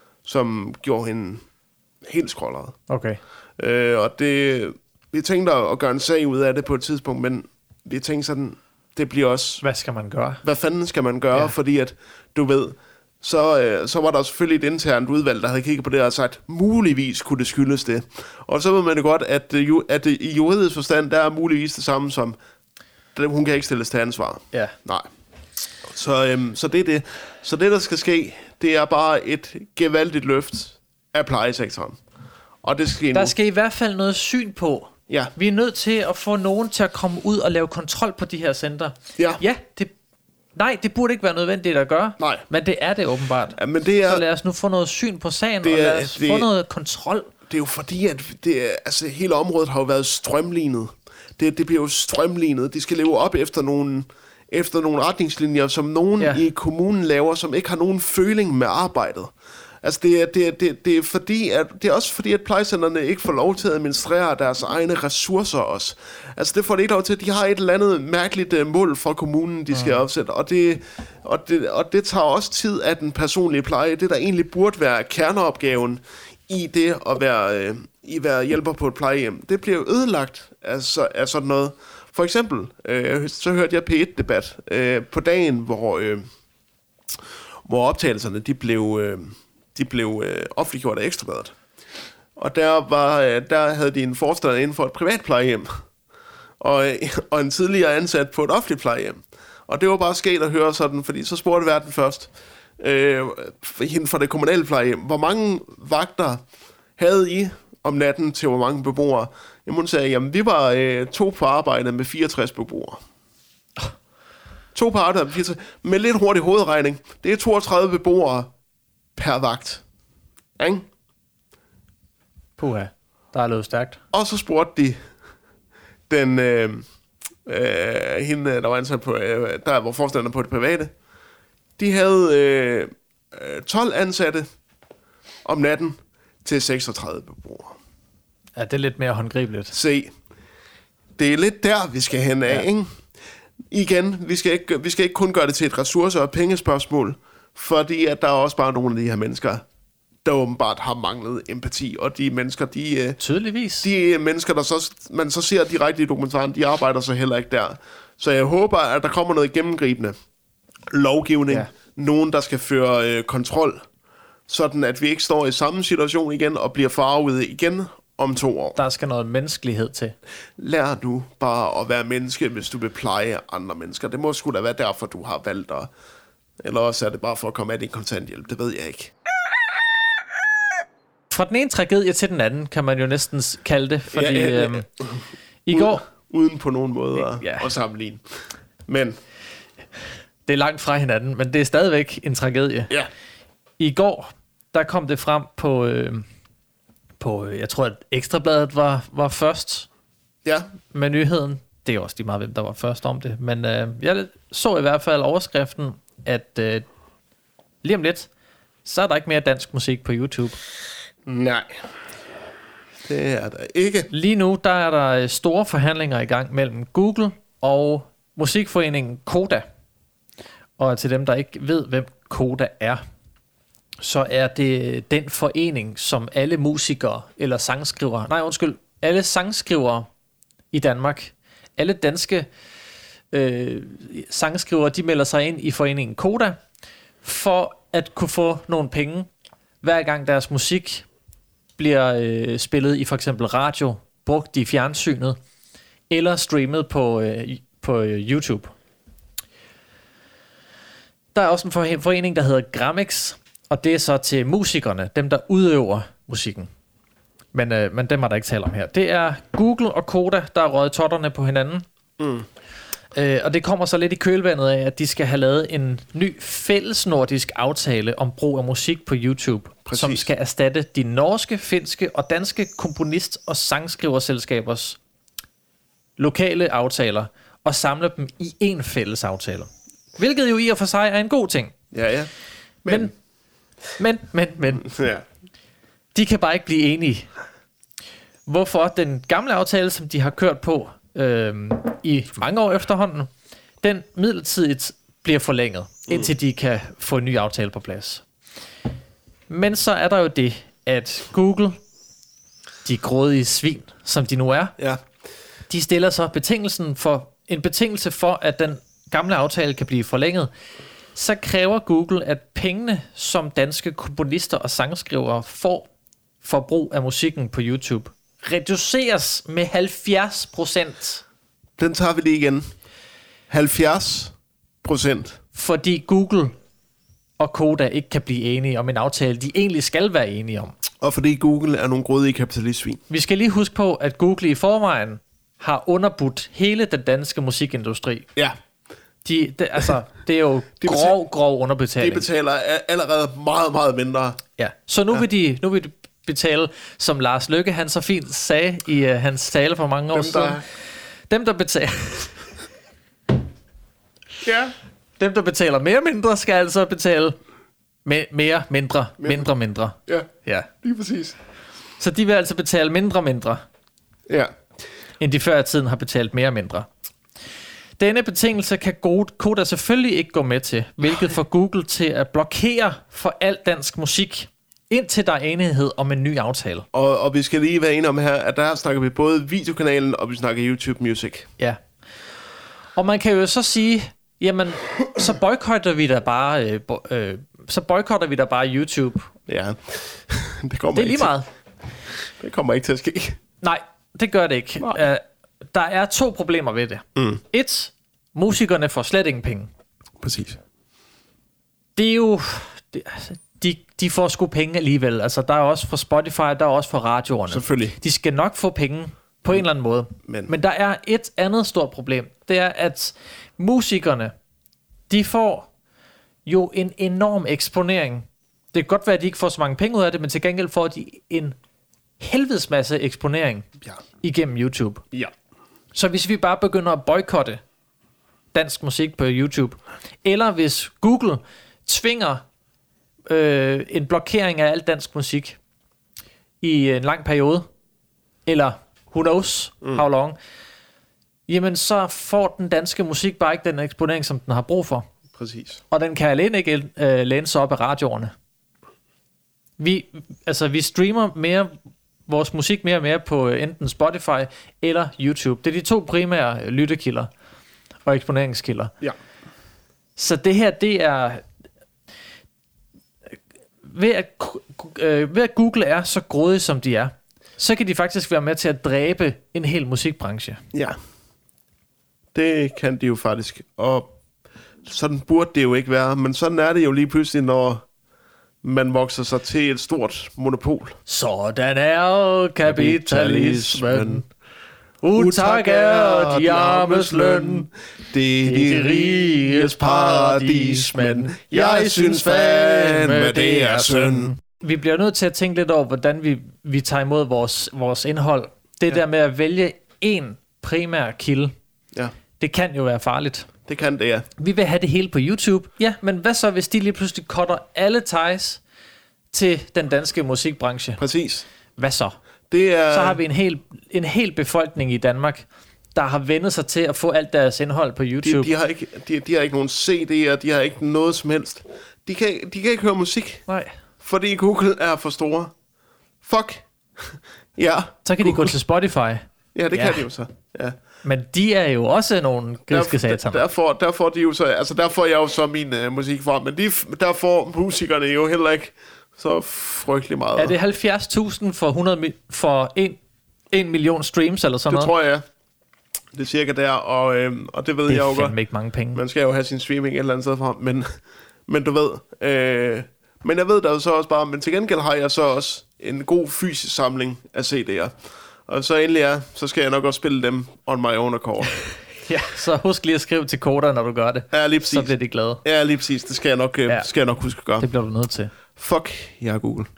som gjorde hende helt skrållet. Okay. Øh, og det, vi tænkte at gøre en sag ud af det på et tidspunkt, men vi tænkte sådan, det bliver også... Hvad skal man gøre? Hvad fanden skal man gøre? Ja. Fordi at, du ved, så, øh, så var der selvfølgelig et internt udvalg, der havde kigget på det og sagt, muligvis kunne det skyldes det. Og så ved man det godt, at, at i juridisk forstand, der er muligvis det samme som, hun kan ikke stilles til ansvar. Ja. Nej. Så, øhm, så det er det. Så det, der skal ske, det er bare et gevaldigt løft af plejesektoren. Og det skal ske Der nu. skal i hvert fald noget syn på. Ja. Vi er nødt til at få nogen til at komme ud og lave kontrol på de her center. Ja. Ja, det, nej, det burde ikke være nødvendigt at gøre. Nej. Men det er det åbenbart. Ja, men det er, Så lad os nu få noget syn på sagen, det og er- lad os det- få noget kontrol. det er jo fordi, at det er, altså, hele området har jo været strømlignet. Det, det bliver jo strømlignet. De skal leve op efter nogle, efter nogle retningslinjer, som nogen Ja. ja. i kommunen laver, som ikke har nogen føling med arbejdet. Altså det er, det, er, det, det er fordi, at, det er også fordi, at plejecentrene ikke får lov til at administrere deres egne ressourcer også. Altså det får de ikke lov til. De har et eller andet mærkeligt uh, mål for kommunen, de skal mm. opsætte, og det, og, det, og det tager også tid af den personlige pleje. Det, der egentlig burde være kerneopgaven i det at være, øh, i være hjælper på et plejehjem, det bliver jo ødelagt af, så, af sådan noget. For eksempel, øh, så hørte jeg P et-debat øh, på dagen, hvor, øh, hvor optagelserne de blev, øh, de blev øh, offentliggjort af Ekstrabladet. Og der, var, øh, der havde de en forstander inden for et privat plejehjem, og, øh, og en tidligere ansat på et offentligt plejehjem. Og det var bare sket at høre sådan, fordi så spurgte verden først, øh, hende fra det kommunale plejehjem, hvor mange vagter havde I om natten til hvor mange beboere? Jamen hun sagde, jamen vi var øh, to på arbejde med fireogtres beboere. To på arbejde med fireogtres. Med lidt hurtig hovedregning, det er toogtredive beboere per vagt. Ikke? Puha, der er løbet stærkt. Og så spurgte de den øh, øh, hende, der var ansat på, øh, der var forstander på det private. De havde øh, tolv ansatte om natten til seksogtredive beboere. Ja, det er lidt mere håndgribeligt. Se, det er lidt der, vi skal hen af, Ja. ikke? Igen, vi skal, ikke, vi skal ikke kun gøre det til et ressourcer- og pengespørgsmål, fordi at der er også bare nogle af de her mennesker, der åbenbart har manglet empati, og de mennesker, de, øh, Tydeligvis. de mennesker, der så, man så ser direkte i dokumentaren, de arbejder så heller ikke der. Så jeg håber, at der kommer noget gennemgribende lovgivning, Ja. nogen, der skal føre øh, kontrol, sådan at vi ikke står i samme situation igen og bliver farvet igen om to år. Der skal noget menneskelighed til. Lær nu bare at være menneske, hvis du vil pleje andre mennesker. Det må sgu da være derfor, du har valgt at... Eller også er det bare for at komme af din kontanthjælp. Det ved jeg ikke. Fra den ene tragedie til den anden, kan man jo næsten s- kalde det, fordi Ja, ja, ja. Øhm, i går, Uden på nogen måde at, Ja. at sammenligne. Men det er langt fra hinanden, men det er stadigvæk en tragedie. ja, I går, der kom det frem på, øh, på øh, jeg tror, at Ekstrabladet var, var først ja, med nyheden. Det er også lige meget, hvem der var først om det. Men øh, jeg så i hvert fald overskriften, at øh, lige om lidt, så er der ikke mere dansk musik på YouTube. nej. Det er der ikke. Lige nu, der er der øh, store forhandlinger i gang mellem Google og musikforeningen Koda. Og til dem, der ikke ved, hvem Koda er, så er det den forening, som alle musikere eller sangskrivere, nej undskyld, alle sangskrivere i Danmark, alle danske øh, sangskrivere, de melder sig ind i foreningen Koda, for at kunne få nogle penge, hver gang deres musik bliver øh, spillet i for eksempel radio, brugt i fjernsynet, eller streamet på, øh, på øh, YouTube. Der er også en for- forening, der hedder Grammix, og det er så til musikerne, dem der udøver musikken. Men, øh, men dem er der ikke tale om her. Det er Google og Koda, der er røget totterne på hinanden. Mm. Øh, og det kommer så lidt i kølvandet af, at de skal have lavet en ny fællesnordisk aftale om brug af musik på YouTube, Præcis. som skal erstatte de norske, finske og danske komponist- og sangskriverselskabers lokale aftaler og samle dem i en fælles aftale. Hvilket jo i og for sig er en god ting. Ja, ja. Men, men, men, men, Ja. de kan bare ikke blive enige. Hvorfor den gamle aftale, som de har kørt på øh, i mange år efterhånden, den midlertidigt bliver forlænget, indtil de kan få en ny aftale på plads. Men så er der jo det, at Google, de grådige svin, som de nu er, Ja. de stiller så betingelsen for, en betingelse for, at den gamle aftale kan blive forlænget. Så kræver Google, at pengene, som danske komponister og sangskrivere får for brug af musikken på YouTube, reduceres med halvfjerds procent. Den tager vi lige igen. halvfjerds procent. Fordi Google og Koda ikke kan blive enige om en aftale, de egentlig skal være enige om. Og fordi Google er nogle grådige kapitalistsvin. Vi skal lige huske på, at Google i forvejen har underbudt hele den danske musikindustri. Ja. De, de, altså, det er jo de grov, betaler, grov underbetaling. De betaler allerede meget, meget mindre. Ja. Så nu, ja. vil de, nu vil de betale, som Lars Løkke han så fint sagde i uh, hans tale for mange år dem, siden. Der... Dem, der betaler... ja. Dem, der betaler mere mindre, skal altså betale me- mere mindre, mindre, mindre. Ja, ja, lige præcis. Så de vil altså betale mindre, mindre, ja. end de før i tiden har betalt mere mindre. Denne betingelse kan Koda selvfølgelig ikke gå med til, hvilket får Google til at blokere for al dansk musik, indtil der er enighed om en ny aftale. Og, og vi skal lige være enige om her, at der snakker vi både videokanalen, og vi snakker YouTube Music. Ja. Og man kan jo så sige, jamen, så boykotter vi da bare, øh, bo, øh, så boykotter vi da bare YouTube. Ja, det kommer det er lige ikke meget. Til, det kommer ikke til at ske. Nej, det gør det ikke. Uh, der er to problemer ved det. Mm. Et, musikerne får slet ingen penge. Præcis. Det er jo... Det, de, de får sgu penge alligevel. Altså, der er også fra Spotify, der er også fra radioerne. Selvfølgelig. De skal nok få penge på en eller anden måde. Men, Men der er et andet stort problem. Det er, at musikerne, de får jo en enorm eksponering. Det kan godt være, at de ikke får så mange penge ud af det, men til gengæld får de en helvedes masse eksponering ja. igennem YouTube. Ja. Så hvis vi bare begynder at boykotte dansk musik på YouTube, eller hvis Google tvinger øh, en blokering af al dansk musik i en lang periode, eller who knows mm. how long, jamen så får den danske musik bare ikke den eksponering, som den har brug for. Præcis. Og den kan alene ikke øh, læne sig op af radioerne. Vi, altså, vi streamer mere vores musik mere og mere på enten Spotify eller YouTube. Det er de to primære lyttekilder og eksponeringskilder. Ja. Så det her, det er... Ved at, øh, ved at Google er så grådige, som de er, så kan de faktisk være med til at dræbe en hel musikbranche. Ja. Det kan de jo faktisk. Og sådan burde det jo ikke være. Men sådan er det jo lige pludselig, når man vokser sig til et stort monopol. Sådan er kapitalismen. Utak er de armes løn. Det er de riges paradis, men jeg synes fandme, det er synd. Vi bliver nødt til at tænke lidt over, hvordan vi, vi tager imod vores, vores indhold. Det ja. der med at vælge en primær kilde, ja. det kan jo være farligt. Det kan det, ja. Vi vil have det hele på YouTube. Ja, men hvad så, hvis de lige pludselig cutter alle ties til den danske musikbranche? Præcis. Hvad så? Det er... Så har vi en hel, en hel befolkning i Danmark, der har vendt sig til at få alt deres indhold på YouTube. De, de, har, ikke, de, de har ikke nogen C D'er, de har ikke noget som helst. De kan, de kan ikke høre musik. Nej. Fordi Google er for store. Fuck. ja. Så kan Google. de gå til Spotify. Ja, det ja. kan de jo så. Ja. Men de er jo også nogle griske sataner. Derfor, derfor, de jo så, altså der får jeg jo så min uh, musik fra, men de, der får musikerne jo heller ikke så frygtelig meget. Er det halvfjerds tusind for, hundrede, for en, en million streams eller sådan det noget? Det tror jeg. Det er cirka der, og, øhm, og det ved det jeg jo godt. Det er ikke mange penge. Man skal jo have sin streaming et eller andet sted fra, men, men du ved. Øh, men jeg ved der jo så også bare, men til gengæld har jeg så også en god fysisk samling af C D'er. Og så endelig er, så skal jeg nok også spille dem on my own accord. ja, så husk lige at skrive til Koda, når du gør det. Ja, lige præcis. Så bliver de glade. Ja, lige præcis. Det skal jeg nok, ja. skal jeg nok huske at gøre. Det bliver du nødt til. Fuck, jeg er Google.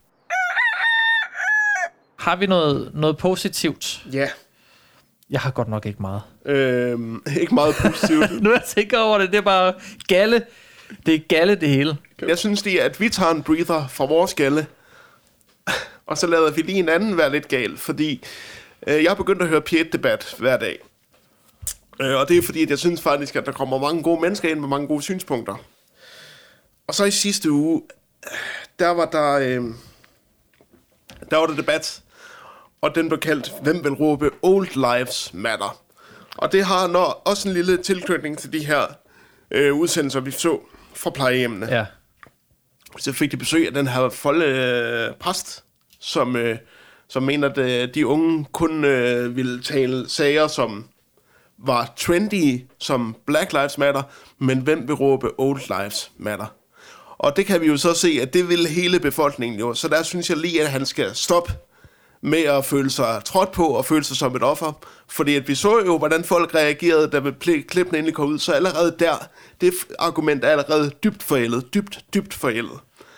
Har vi noget, noget positivt? Ja. Jeg har godt nok ikke meget. Øhm, ikke meget positivt. nu jeg tænker over det, det er bare galle. Det er galle det hele. Jeg synes lige, at vi tager en breather fra vores galle, og så lader vi lige en anden være lidt gal, fordi øh, jeg har begyndt at høre P et Debat hver dag. Øh, og det er fordi, at jeg synes faktisk, at der kommer mange gode mennesker ind med mange gode synspunkter. Og så i sidste uge, der var der, øh, der var der debat, og den blev kaldt, hvem vil råbe Old Lives Matter? Og det har når, også en lille tilknytning til de her øh, udsendelser, vi så fra plejehjemmene. Ja. Så fik de besøg af den her folde øh, præst, som, øh, som mener, at øh, de unge kun øh, ville tale sager, som var trendy som Black Lives Matter, men hvem vil råbe Old Lives Matter? Og det kan vi jo så se, at det vil hele befolkningen jo. Så der synes jeg lige, at han skal stoppe med at føle sig trådt på og føle sig som et offer. Fordi at vi så jo, hvordan folk reagerede, da klippen endelig kom ud. Så allerede der, det argument er allerede dybt forældet. Dybt, dybt forældet.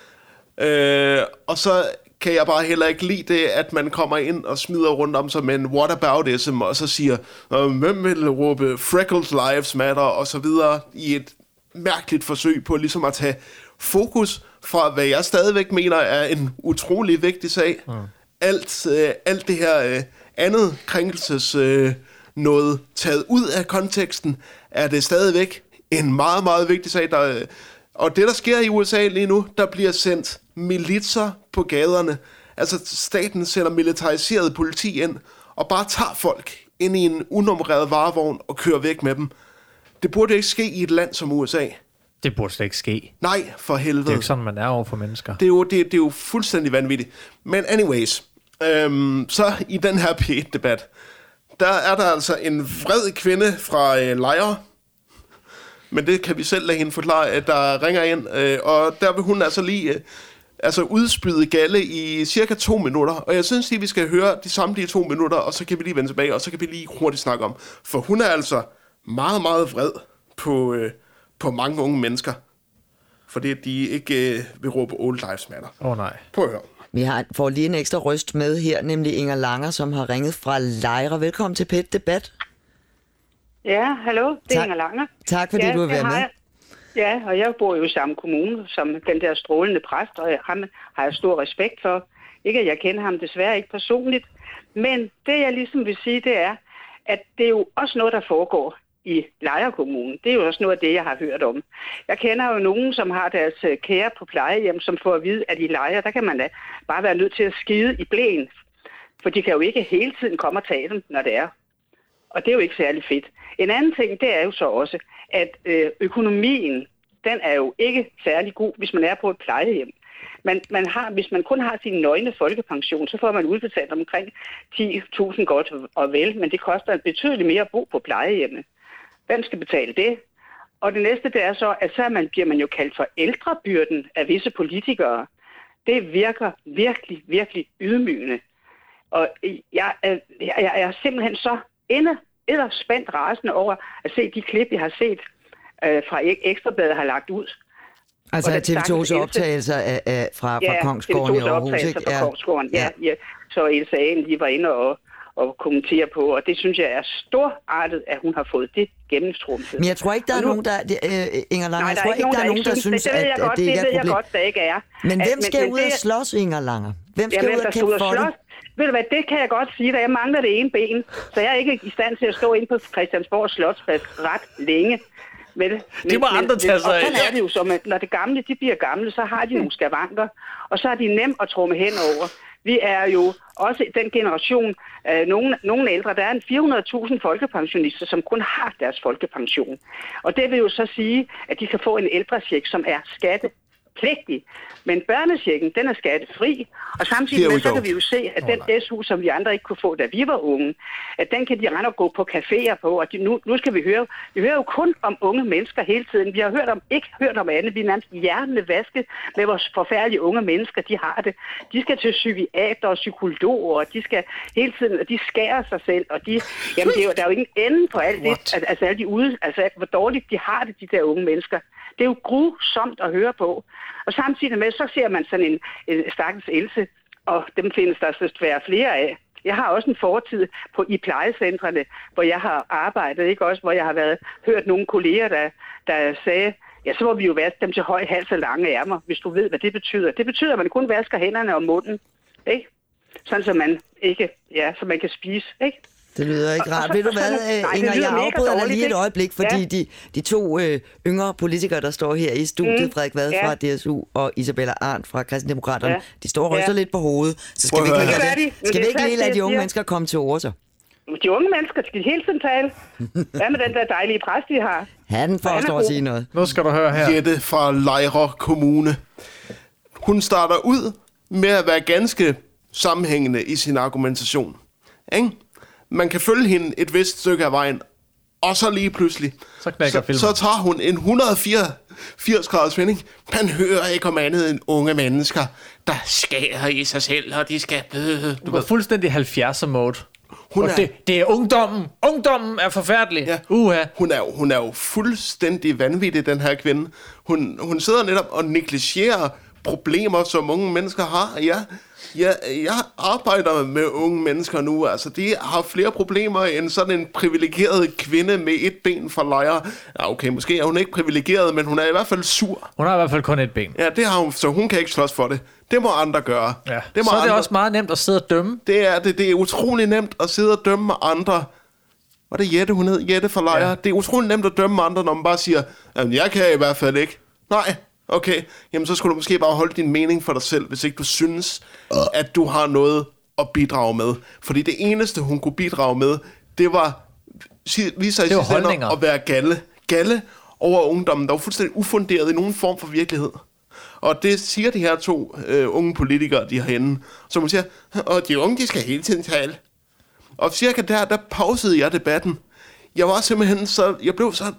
Øh, og så kan jeg bare heller ikke lide det, at man kommer ind og smider rundt om sig med en whataboutism, og så siger, hvem vil råbe Freckles Lives Matter, og så videre, i et mærkeligt forsøg på ligesom at tage fokus fra, hvad jeg stadigvæk mener er en utrolig vigtig sag. Mm. Alt, øh, alt det her øh, andet krænkelses øh, noget taget ud af konteksten, er det stadigvæk en meget, meget vigtig sag. Der, øh, og det, der sker i U S A lige nu, der bliver sendt militser på gaderne. Altså staten sender militariseret politi ind, og bare tager folk ind i en unummereret varevogn og kører væk med dem. Det burde ikke ske i et land som U S A. Det burde slet ikke ske. Nej, for helvede. Det er jo ikke sådan, man er over for mennesker. Det er jo, det, det er jo fuldstændig vanvittigt. Men anyways, øhm, så i den her P et-debat, der er der altså en vred kvinde fra øh, Lejre, men det kan vi selv lade hende forklare, at der ringer ind, øh, og der vil hun altså lige øh, altså udspyde galle i cirka to minutter, og jeg synes lige, vi skal høre de samtlige to minutter, og så kan vi lige vende tilbage, og så kan vi lige hurtigt snakke om, for hun er altså meget, meget vred på, øh, på mange unge mennesker, fordi de ikke øh, vil råbe Old Lives Matter. Åh oh, nej. Prøv at høre. Vi har, får lige en ekstra røst med her, nemlig Inger Langer, som har ringet fra Lejre. Velkommen til P et-debat. Ja, hallo, det er tak. Inger Langer. Tak, fordi ja, du vil være med. Jeg. Ja, og jeg bor jo i samme kommune som den der strålende præst, og ham har jeg stor respekt for. Ikke at jeg kender ham desværre ikke personligt, men det jeg ligesom vil sige, det er, at det er jo også noget, der foregår i Lejre Kommune. Det er jo også noget af det, jeg har hørt om. Jeg kender jo nogen, som har deres kære på plejehjem, som får at vide, at i Lejre, der kan man da bare være nødt til at skide i blæen, for de kan jo ikke hele tiden komme og tage dem, når det er. Og det er jo ikke særlig fedt. En anden ting, det er jo så også, at øh, økonomien, den er jo ikke særlig god, hvis man er på et plejehjem. Man, man har, hvis man kun har sin nøgne folkepension, så får man udbetalt omkring ti tusind godt og vel, men det koster betydeligt mere at bo på plejehjemmet. Hvem skal betale det? Og det næste, det er så, at så man, bliver man jo kaldt for ældrebyrden af visse politikere. Det virker virkelig, virkelig ydmygende. Og jeg, jeg, jeg er simpelthen så inde, eller spændt rasende over at se de klip, jeg har set øh, fra Ekstrabladet har lagt ud. Altså T V to's optagelser af, af, fra, fra ja, Kongsgården i Aarhus, ikke? Ja, fra Kongsgården, ja. ja, ja. Så Else Aen, de var inde og, og kommentere på, og det synes jeg er storartet, at hun har fået det gennemstrømmet. Men jeg tror ikke, der er nu, nogen, der... Øh, Inger Langer, jeg tror ikke, der er nogen, der synes, at det, at, godt, at det ikke er et problem. Det ved jeg godt, der ikke er. Men hvem at, skal men, ud og slås, Inger Langer? Hvem skal ja, ud og kæmpe for det? Ved du hvad, det kan jeg godt sige, da jeg mangler det ene ben, så jeg er ikke i stand til at stå inde på Christiansborg Slotsplads ret længe. Vel, det må andre tage sig af. Og sådan er det jo som, at når det gamle, de bliver gamle, så har de nogle skavanker, og så er de nemt at trumme hen over. Vi er jo også den generation, øh, nogle, nogle ældre, der er en fire hundrede tusind folkepensionister, som kun har deres folkepension. Og det vil jo så sige, at de kan få en ældrecheck, som er skattepligtig. Men børnechecken, den er skattefri, og samtidig med, så kan vi jo se, at den S U, som vi andre ikke kunne få, da vi var unge, at den kan de rende og gå på caféer på, og de, nu, nu skal vi høre, vi hører jo kun om unge mennesker hele tiden. Vi har hørt om, ikke hørt om andet, vi er nærmest hjertene vasket med vores forfærdelige unge mennesker, de har det. De skal til psykiater og psykologer, og de skal hele tiden, og de skærer sig selv, og de, jamen det er jo, der er jo ingen ende på alt det, at, altså alle de ude, altså hvor dårligt de har det, de der unge mennesker. Det er jo grusomt at høre på. Og samtidig med, så ser man sådan en, en stakkels Else, og dem findes der så være flere af. Jeg har også en fortid på, i plejecentrene, hvor jeg har arbejdet, ikke også, hvor jeg har været, hørt nogle kolleger, der, der sagde, ja, så må vi jo vaske dem til høj hals og lange ærmer, hvis du ved, hvad det betyder. Det betyder, at man kun vasker hænderne og munden, ikke? Sådan, så man ikke, ja, så man kan spise, ikke? Det lyder ikke rart. Ved du hvad, nej, Inger, jeg afbryder dig lige et øjeblik, fordi ja. de, de to øh, yngre politikere, der står her i studiet, mm. Frederik Vad ja. fra D S U og Isabella Arndt fra Kristendemokraterne, ja. de står og ryster ja. lidt på hovedet. Så skal vi ikke lige lade, skal vi ikke lige lade de unge mennesker komme til ord, så? De unge mennesker skal hele tiden tale. Hvad med den der dejlige præst, de har? Han forstår at sige noget. Nu skal du høre her. Jette fra Lejre Kommune. Hun starter ud med at være ganske sammenhængende i sin argumentation. Ikke? Man kan følge hende et vist stykke af vejen, Og så lige pludselig, så, så, så tager hun en et hundrede og firs graders vending. Man hører ikke om andet end unge mennesker, der skærer i sig selv, og de skal... Du går fuldstændig halvfjerdser-mode. Hun er, det, det er ungdommen. Ungdommen er forfærdelig. Ja, Uha. Hun, er, hun er jo fuldstændig vanvittig, den her kvinde. Hun, hun sidder netop og negligerer problemer, som unge mennesker har. Ja, ja, jeg arbejder med unge mennesker nu. Altså, de har flere problemer end sådan en privilegeret kvinde med et ben fra lejre. Ja, okay, måske er hun ikke privilegeret, men hun er i hvert fald sur. Hun har i hvert fald kun et ben. Ja, det har hun, så hun kan ikke slås for det. Det må andre gøre. Ja. Det må så er det andre... også meget nemt at sidde og dømme. Det er, det, det er utrolig nemt at sidde og dømme andre. Var det Jette, hun hed? Jette fra lejre. Ja. Det er utrolig nemt at dømme andre, når man bare siger, jamen, jeg kan i hvert fald ikke. Nej. Okay, jamen så skulle du måske bare holde din mening for dig selv, hvis ikke du synes, at du har noget at bidrage med. Fordi det eneste, hun kunne bidrage med, det var, vise sig i sidste ende at være galle. Galle over ungdommen, der var fuldstændig ufunderet i nogen form for virkelighed. Og det siger de her to øh, unge politikere, de herinde, som siger, og de unge, de skal hele tiden tale. Og cirka der, der pausede jeg debatten. Jeg var simpelthen så, jeg blev så,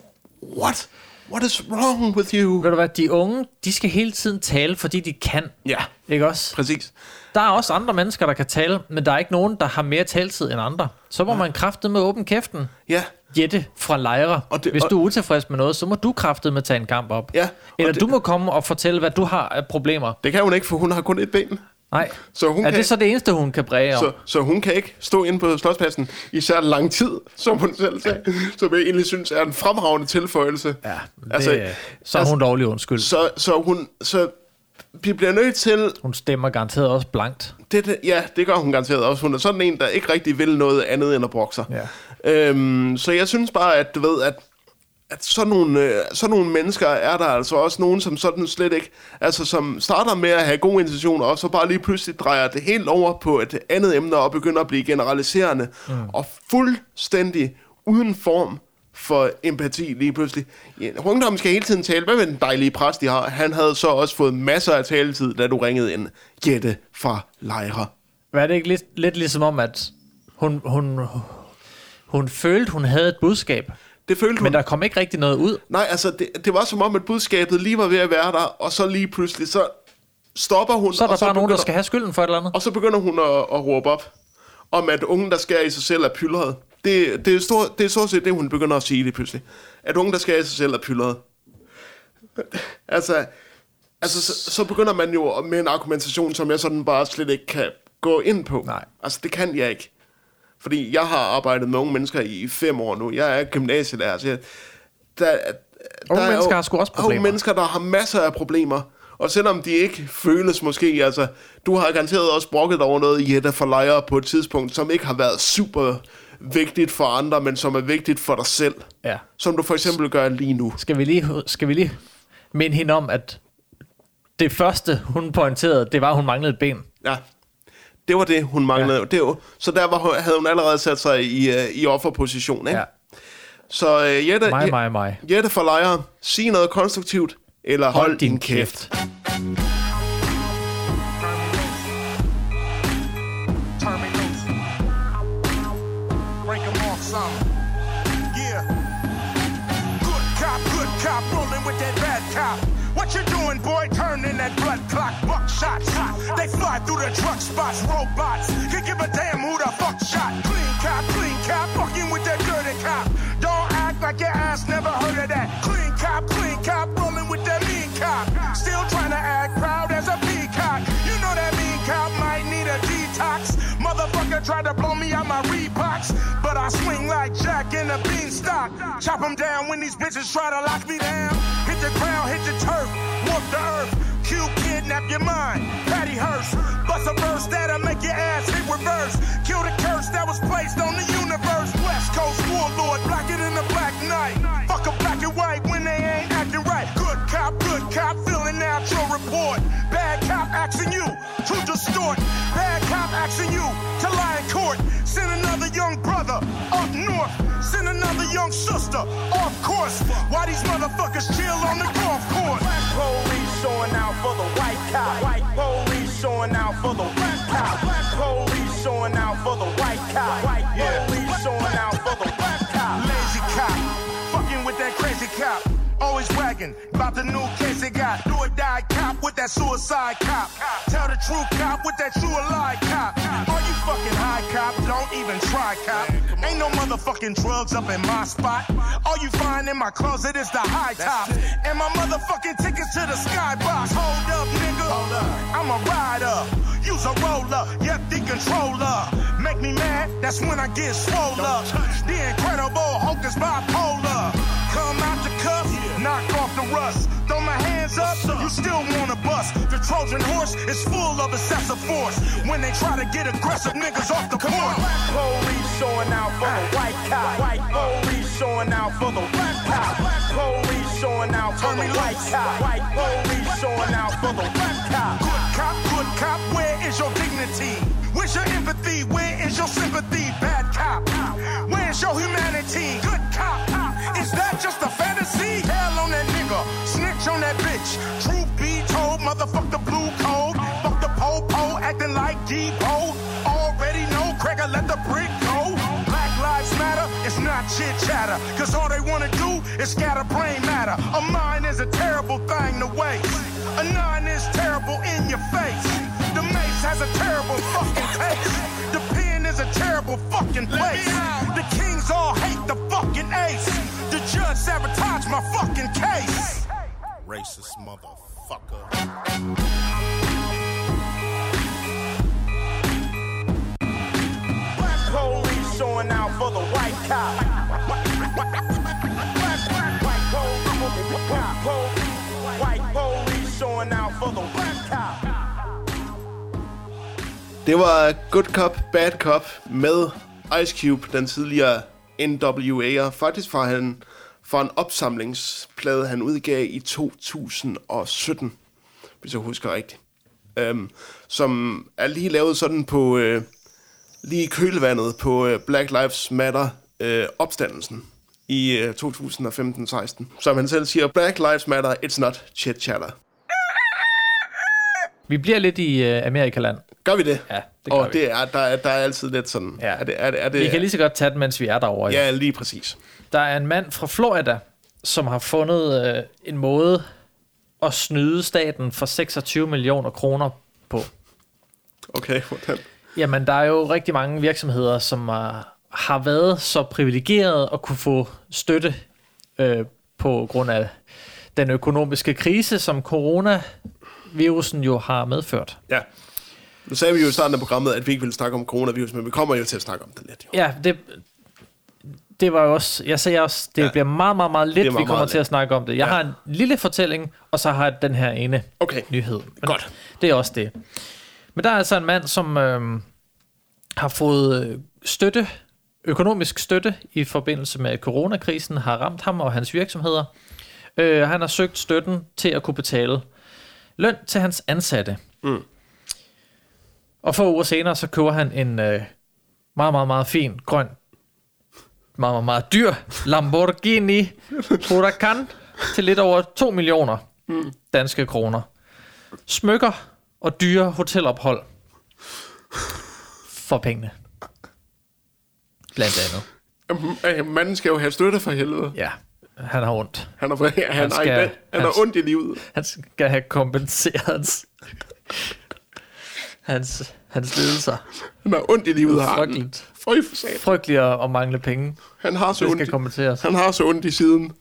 what? What is wrong with you? Ved du hvad, de unge, de skal hele tiden tale, fordi de kan. Ja. Ikke også? Præcis. Der er også andre mennesker, der kan tale, men der er ikke nogen, der har mere taletid end andre. Så må ja. man kraftedeme med åben kæften. Ja. Jette fra lejre. Og det, Hvis du er utilfreds med noget, så må du kraftedeme med tage en kamp op. Ja. Eller det, du må komme og fortælle, hvad du har af problemer. Det kan hun ikke, for hun har kun et ben. Nej. Så hun er kan, det så det eneste, hun kan bræge om? Så, så hun kan ikke stå inde på Slotspladsen i så lang tid, som hun selv sagde, som jeg egentlig synes er en fremragende tilføjelse. Ja, det, altså, så er hun altså, dårlig undskyld. Så, så hun... Så vi bliver nødt til... Hun stemmer garanteret også blankt. Det, det, ja, det gør hun garanteret også. Hun er sådan en, der ikke rigtig vil noget andet end at brokke sig. Ja. Øhm, så jeg synes bare, at du ved, at at sådan nogle, øh, sådan nogle mennesker er der altså også nogen, som sådan slet ikke, altså som starter med at have gode intentioner, og så bare lige pludselig drejer det helt over på et andet emne, og begynder at blive generaliserende, mm. og fuldstændig uden form for empati lige pludselig. Ja, ungdommen skal hele tiden tale. Hvad med den dejlige præst, de har? Han havde så også fået masser af taletid, da du ringede ind. Jette fra lejre. Var det ikke lidt, lidt ligesom om, at hun, hun, hun følte, hun havde et budskab? Det følte hun. Men der kom ikke rigtig noget ud. Nej, altså det, det var som om, at budskabet lige var ved at være der, og så lige pludselig, så stopper hun. Så er der og bare så nogen, der skal have skylden for et eller andet. Og så begynder hun at, at råbe op, om at unge, der skærer i sig selv, er pyldret. Det, det, er stor, det er stort set det, hun begynder at sige lige pludselig. At unge, der skærer i sig selv, er pyldret. Altså, altså så, så begynder man jo med en argumentation, som jeg sådan bare slet ikke kan gå ind på. Nej. Altså, det kan jeg ikke. Fordi jeg har arbejdet med unge mennesker i fem år nu. Jeg er gymnasielærer, så jeg, der, der unge er mennesker jo, har sgu også problemer. Unge mennesker, der har masser af problemer. Og selvom de ikke føles måske, altså, du har garanteret også brokket over noget, Jette fra lejre på et tidspunkt, som ikke har været super vigtigt for andre, men som er vigtigt for dig selv. Ja. Som du for eksempel gør lige nu. Skal vi lige, skal vi lige minde hende om, at det første, hun pointerede, det var, at hun manglede et ben. Ja. Det var det, hun manglede. Ja. Det var, så der var, havde hun allerede sat sig i, uh, i offerposition, ikke? Ja. Så uh, Jette, mig, mig, mig. Jette fra lejre, sig noget konstruktivt, eller hold, hold din, din kæft. kæft. What you doing, boy? Turn in that blood clock, buckshots. They fly through the truck spots, robots. Can give a damn who the fuck shot. Clean cop, clean cop, fucking with that dirty cop. Don't act like your ass never heard of that. Clean cop, clean cop, rolling with that mean cop. Still trying to act proud as a peacock. You know that mean cop might need a detox. Motherfucker tried to blow me out my Reeboks, but I swing like Jack in a beanstalk. Chop them down when these bitches try to lock me down. Hit the ground, hit the turf, warp the earth. Q kidnap your mind, Patty Hearst. Bust a verse that'll make your ass hit reverse. Kill the curse that was placed on the universe. West Coast warlord, blacker than the black night. Fuck a black and white when they ain't acting right. Good cop, good cop, filling out your report. Bad cop asking you to distort. Bad cop asking you to lie in court. Send another young brother up north. Send another young sister off course. Why these motherfuckers chill on the golf course? Black police showing out for the white cop. White police showing out for the black cop. Black police showing out for the white cop. White police showing out for the black cop. Lazy digging about the new case they got. Do or die cop with that suicide cop. Tell the true cop with that true or lie cop. All you fucking high cop, don't even try cop. Ain't no motherfucking drugs up in my spot. All you find in my closet is the high top. And my motherfucking tickets to the skybox. Hold up, nigga. Hold up. I'm a rider. Use a roller. Yep, the controller. Make me mad, that's when I get swole up. The Incredible Hulk is bipolar. Come out the cuff, knock off the rust. Throw my hands up, you still wanna bust. The Trojan horse is full of excessive force. When they try to get aggressive, niggas off the court. Police showing out for the white cop. White police showing out for the white cop. Police showing out for the white cop. White police showing out for the white cop. Good cop, good cop, where is your dignity? Where's your empathy? Where is your sympathy? Bad cop. Where's your humanity? Good cop. Is that just a fantasy? Hell on that nigga. Snitch on that bitch. Truth be told, motherfuck the blue code. Fuck the po-po, acting like Depot. Already know, Craig, I let the brick go. Black lives matter, it's not chit chatter. Cause all they wanna do is scatter brain matter. A mind is a terrible thing to waste. A nine is terrible in your face. The mace has a terrible fucking taste. The pen is a terrible fucking place. The kings all hate the fucking ace. The judge sabotaged my fucking case. Racist motherfucker. Black police showing out for the white cop. White police showing out for the black cop. Det var Good Cop, Bad Cop med Ice Cube, den tidligere N W A'er. Faktisk fra, han, fra en opsamlingsplade, han udgav i to tusind og sytten, hvis jeg husker rigtigt. Um, som er lige lavet sådan på, uh, lige i kølvandet på uh, Black Lives Matter uh, opstandelsen i uh, to tusind og femten seksten. Som han selv siger, Black Lives Matter, it's not chit-chatter. Vi bliver lidt i uh, Amerikaland. Gør vi det? Ja, det gør og vi. det er, der, er, der er altid lidt sådan... Ja. Er det, er det, er det, vi kan lige så godt tage den, mens vi er derovre. Ja, lige præcis. Der er en mand fra Florida, som har fundet øh, en måde at snyde staten for seksogtyve millioner kroner på. Okay, hvordan? Jamen, der er jo rigtig mange virksomheder, som uh, har været så privilegerede at kunne få støtte øh, på grund af den økonomiske krise, som coronavirusen jo har medført. Ja. Nu sagde vi jo i starten af programmet, at vi ikke ville snakke om coronavirus, men vi kommer jo til at snakke om det lidt. Jo. Ja, det, det var jo også... Jeg sagde også, det ja. bliver meget, meget, meget lidt, meget, vi kommer meget til lidt. at snakke om det. Jeg ja. har en lille fortælling, og så har jeg den her ene okay. nyhed. Men godt. Det er også det. Men der er altså en mand, som øh, har fået støtte, økonomisk støtte i forbindelse med coronakrisen, har ramt ham og hans virksomheder. Øh, han har søgt støtten til at kunne betale løn til hans ansatte. Mm. Og få uger senere, så køber han en øh, meget, meget, meget fin, grøn, meget, meget, meget dyr Lamborghini Huracan til lidt over to millioner mm. danske kroner. Smykker og dyre hotelophold for pengene. Blandt andet. Manden skal jo have støtte for helvede. Ja, han har ondt. Han har, han han skal, han han har ondt i livet. Han skal have kompenseret hans, hans, hans lidelser. Han har ondt i livet. Frygteligt. Frygteligt. Frygteligt at, at mangle penge. Han har så det ondt. skal kompenseres. Han har så ondt i siden.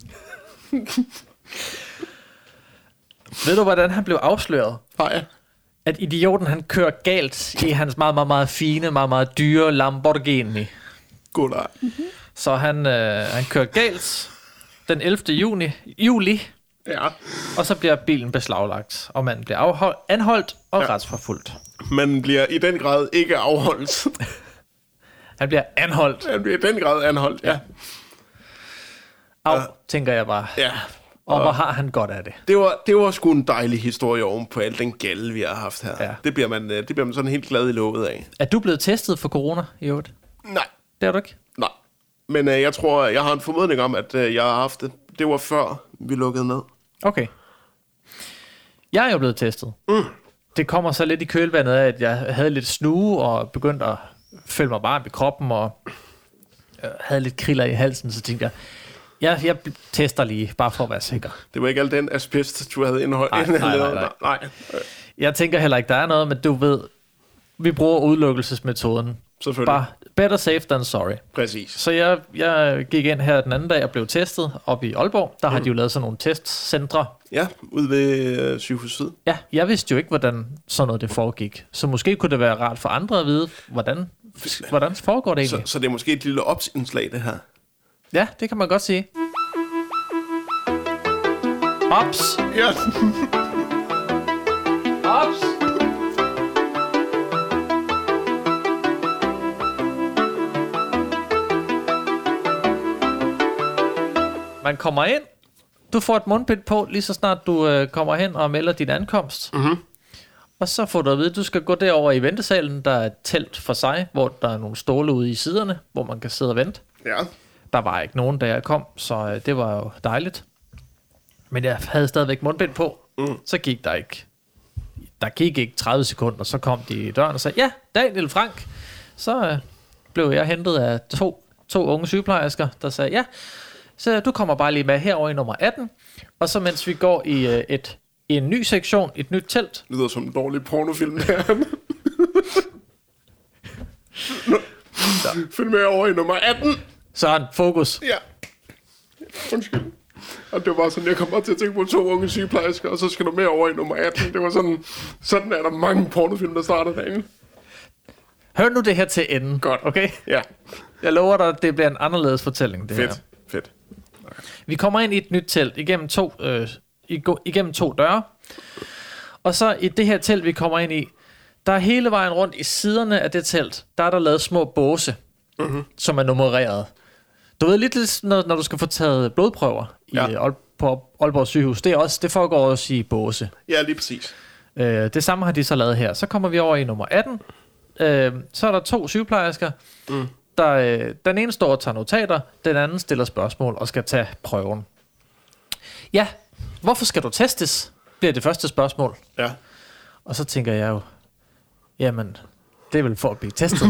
Ved du, hvordan han blev afsløret? Nej. At idioten, han kører galt i hans meget, meget, meget fine, meget, meget dyre Lamborghini. Goddag. Mm-hmm. Så han, øh, han kører galt den ellevte juni, juli, ja. Og så bliver bilen beslaglagt, og manden bliver afhold, anholdt og ja. retsforfulgt. Man bliver i den grad ikke afholdt. Han bliver anholdt. Han bliver i den grad anholdt, ja. Au, uh, tænker jeg bare. Ja. Og hvor har han godt af det. Det var, det var sgu en dejlig historie oven på al den gælde, vi har haft her. Ja. Det, bliver man, det bliver man sådan helt glad i låget af. Er du blevet testet for corona i øvrigt? Nej. Det er du ikke? Nej. Men øh, jeg tror, jeg har en formodning om, at øh, jeg har haft det. Det var før, vi lukkede ned. Okay. Jeg er jo blevet testet. Mm. Det kommer så lidt i kølvandet af, at jeg havde lidt snue, og begyndte at føle mig varm i kroppen, og havde lidt kriller i halsen, så tænkte jeg, Jeg, jeg tester lige, bare for at være sikker. Det var ikke alt den asbest, du havde indholdt. Nej, nej, nej, nej. nej. Jeg tænker heller ikke, der er noget, men du ved, vi bruger udelukkelsesmetoden. Selvfølgelig. Bare better safe than sorry. Præcis. Så jeg, jeg gik ind her den anden dag og blev testet op i Aalborg. Der mm. har de jo lavet sådan nogle testcentre. Ja, ude ved øh, sygehuset. Ja, jeg vidste jo ikke, hvordan sådan noget det foregik. Så måske kunne det være rart for andre at vide, hvordan, hvordan foregår det egentlig. Så, så det er måske et lille opsindslag, det her. Ja, det kan man godt sige. Ops! Ja. Ops! Man kommer ind, du får et mundbind på, lige så snart du øh, kommer hen og melder din ankomst. Mm-hmm. Og så får du at vide, at du skal gå derover i ventesalen. Der er et telt for sig, hvor der er nogle stole ude i siderne, hvor man kan sidde og vente. Ja. Der var ikke nogen, da jeg kom, så øh, det var jo dejligt. Men jeg havde stadigvæk mundbind på, mm. så gik der ikke. Der gik ikke tredive sekunder, så kom de i døren og sagde, ja, Daniel Frank. Så øh, blev jeg hentet af to, to unge sygeplejersker, der sagde, ja, så du kommer bare lige med herover i nummer atten. Og så mens vi går i, øh, et, i en ny sektion, et nyt telt. Det lyder som en dårlig pornofilm der. Følg med over i nummer atten. Sådan, fokus. Ja. Undskyld. Og det var bare sådan, jeg kom bare til at tænke på to unge sygeplejersker, og så skal du med over i nummer atten. Det var sådan, sådan er der mange pornofilm, der starter derinde. Hør nu det her til enden. Godt. Okay? Ja. Jeg lover dig, at det bliver en anderledes fortælling, det Fedt. her. Fedt. Okay. Vi kommer ind i et nyt telt, igennem to, øh, igennem to døre. Og så i det her telt, vi kommer ind i, der er hele vejen rundt i siderne af det telt, der er der lavet små båse, mm-hmm. som er nummereret. Du ved lidt, når, når du skal få taget blodprøver ja. i Aal- på Aalborg sygehus, det, er også, det foregår også i båse. Ja, lige præcis. Øh, det samme har de så lavet her. Så kommer vi over i nummer atten. Øh, så er der to sygeplejersker. Mm. Der, øh, den ene står og tager notater, den anden stiller spørgsmål og skal tage prøven. Ja, hvorfor skal du testes? Bliver det første spørgsmål. Ja. Og så tænker jeg jo, jamen, det er vel for at blive testet.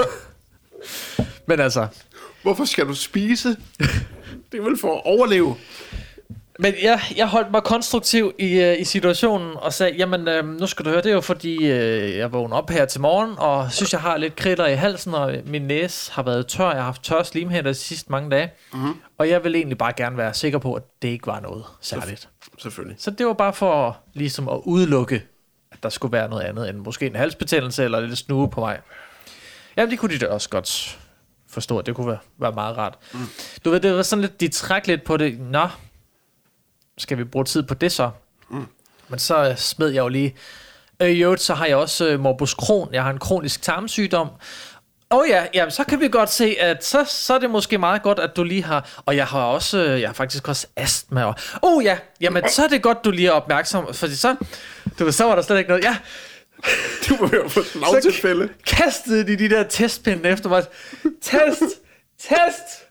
Men altså... Hvorfor skal du spise? Det er vel for at overleve. Men jeg, jeg holdt mig konstruktiv i, uh, i situationen og sagde, jamen uh, nu skal du høre, det er jo fordi uh, jeg vågner op her til morgen og synes, jeg har lidt kriller i halsen, og min næse har været tør. Jeg har haft tør slimhænder de sidste mange dage. Mm-hmm. Og jeg vil egentlig bare gerne være sikker på, at det ikke var noget særligt. Selvfølgelig. Så det var bare for ligesom at udelukke, at der skulle være noget andet end måske en halsbetændelse eller lidt snue på vej. Jamen det kunne de da også godt forstå, at det kunne være, være meget rart. Mm. Du ved, det var sådan lidt, de træk lidt på det. Nå, skal vi bruge tid på det så? Mm. Men så øh, smed jeg jo lige. Øh, jo, så har jeg også øh, morbus Crohn. Jeg har en kronisk tarmsygdom. Åh oh ja, jamen, så kan vi godt se, at så, så er det måske meget godt, at du lige har... Og jeg har også, øh, jeg har faktisk også astma. Åh oh ja, jamen så er det godt, du lige er opmærksom. Fordi så, du ved, så var der slet ikke noget. Ja, du må jo få et lavtilfælde. Så kastede de de der testpinde efter mig. Test! Test!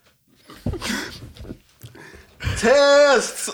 Test!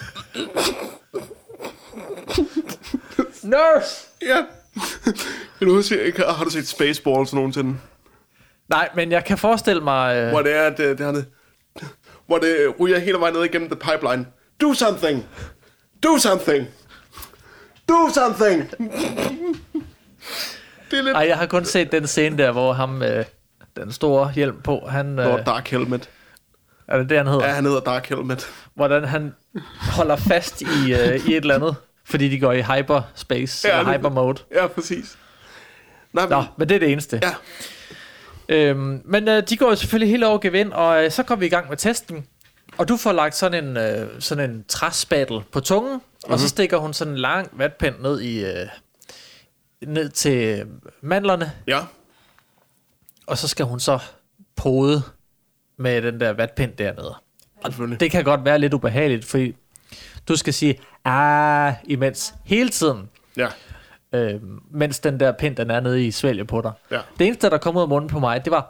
Nurse! Ja. Kan du huske, har du set Spaceballs nogensinde? Nej, men jeg kan forestille mig... Øh... Hvor det er, det, det, det, hvor det ryger hele vejen ned igennem the pipeline. Do something! Do something! Do something! Det er lidt... Ej, jeg har kun set den scene der, hvor ham øh, den store hjelm på, han... Øh... Lord Dark Helmet. Er det det, han hedder? Ja, han hedder Dark Helmet. Hvordan han holder fast i, øh, i et eller andet, fordi de går i hyperspace, ja, eller hypermode. Ja, præcis. Nej, men... Nå, men det er det eneste. Ja. Øhm, men øh, de går jo selvfølgelig hele over gevind, og øh, så går vi i gang med testen. Og du får lagt sådan en, øh, sådan en træspatel på tungen, mm-hmm. og så stikker hun sådan en lang vatpind ned i... Øh, ned til mandlerne. Ja. Og så skal hun så pode med den der vatpind dernede. Og det kan godt være lidt ubehageligt, fordi du skal sige ah imens hele tiden. Ja. Øh, mens den der pind den er nede i svælget på dig. Ja. Det eneste der kom ud af munden på mig, det var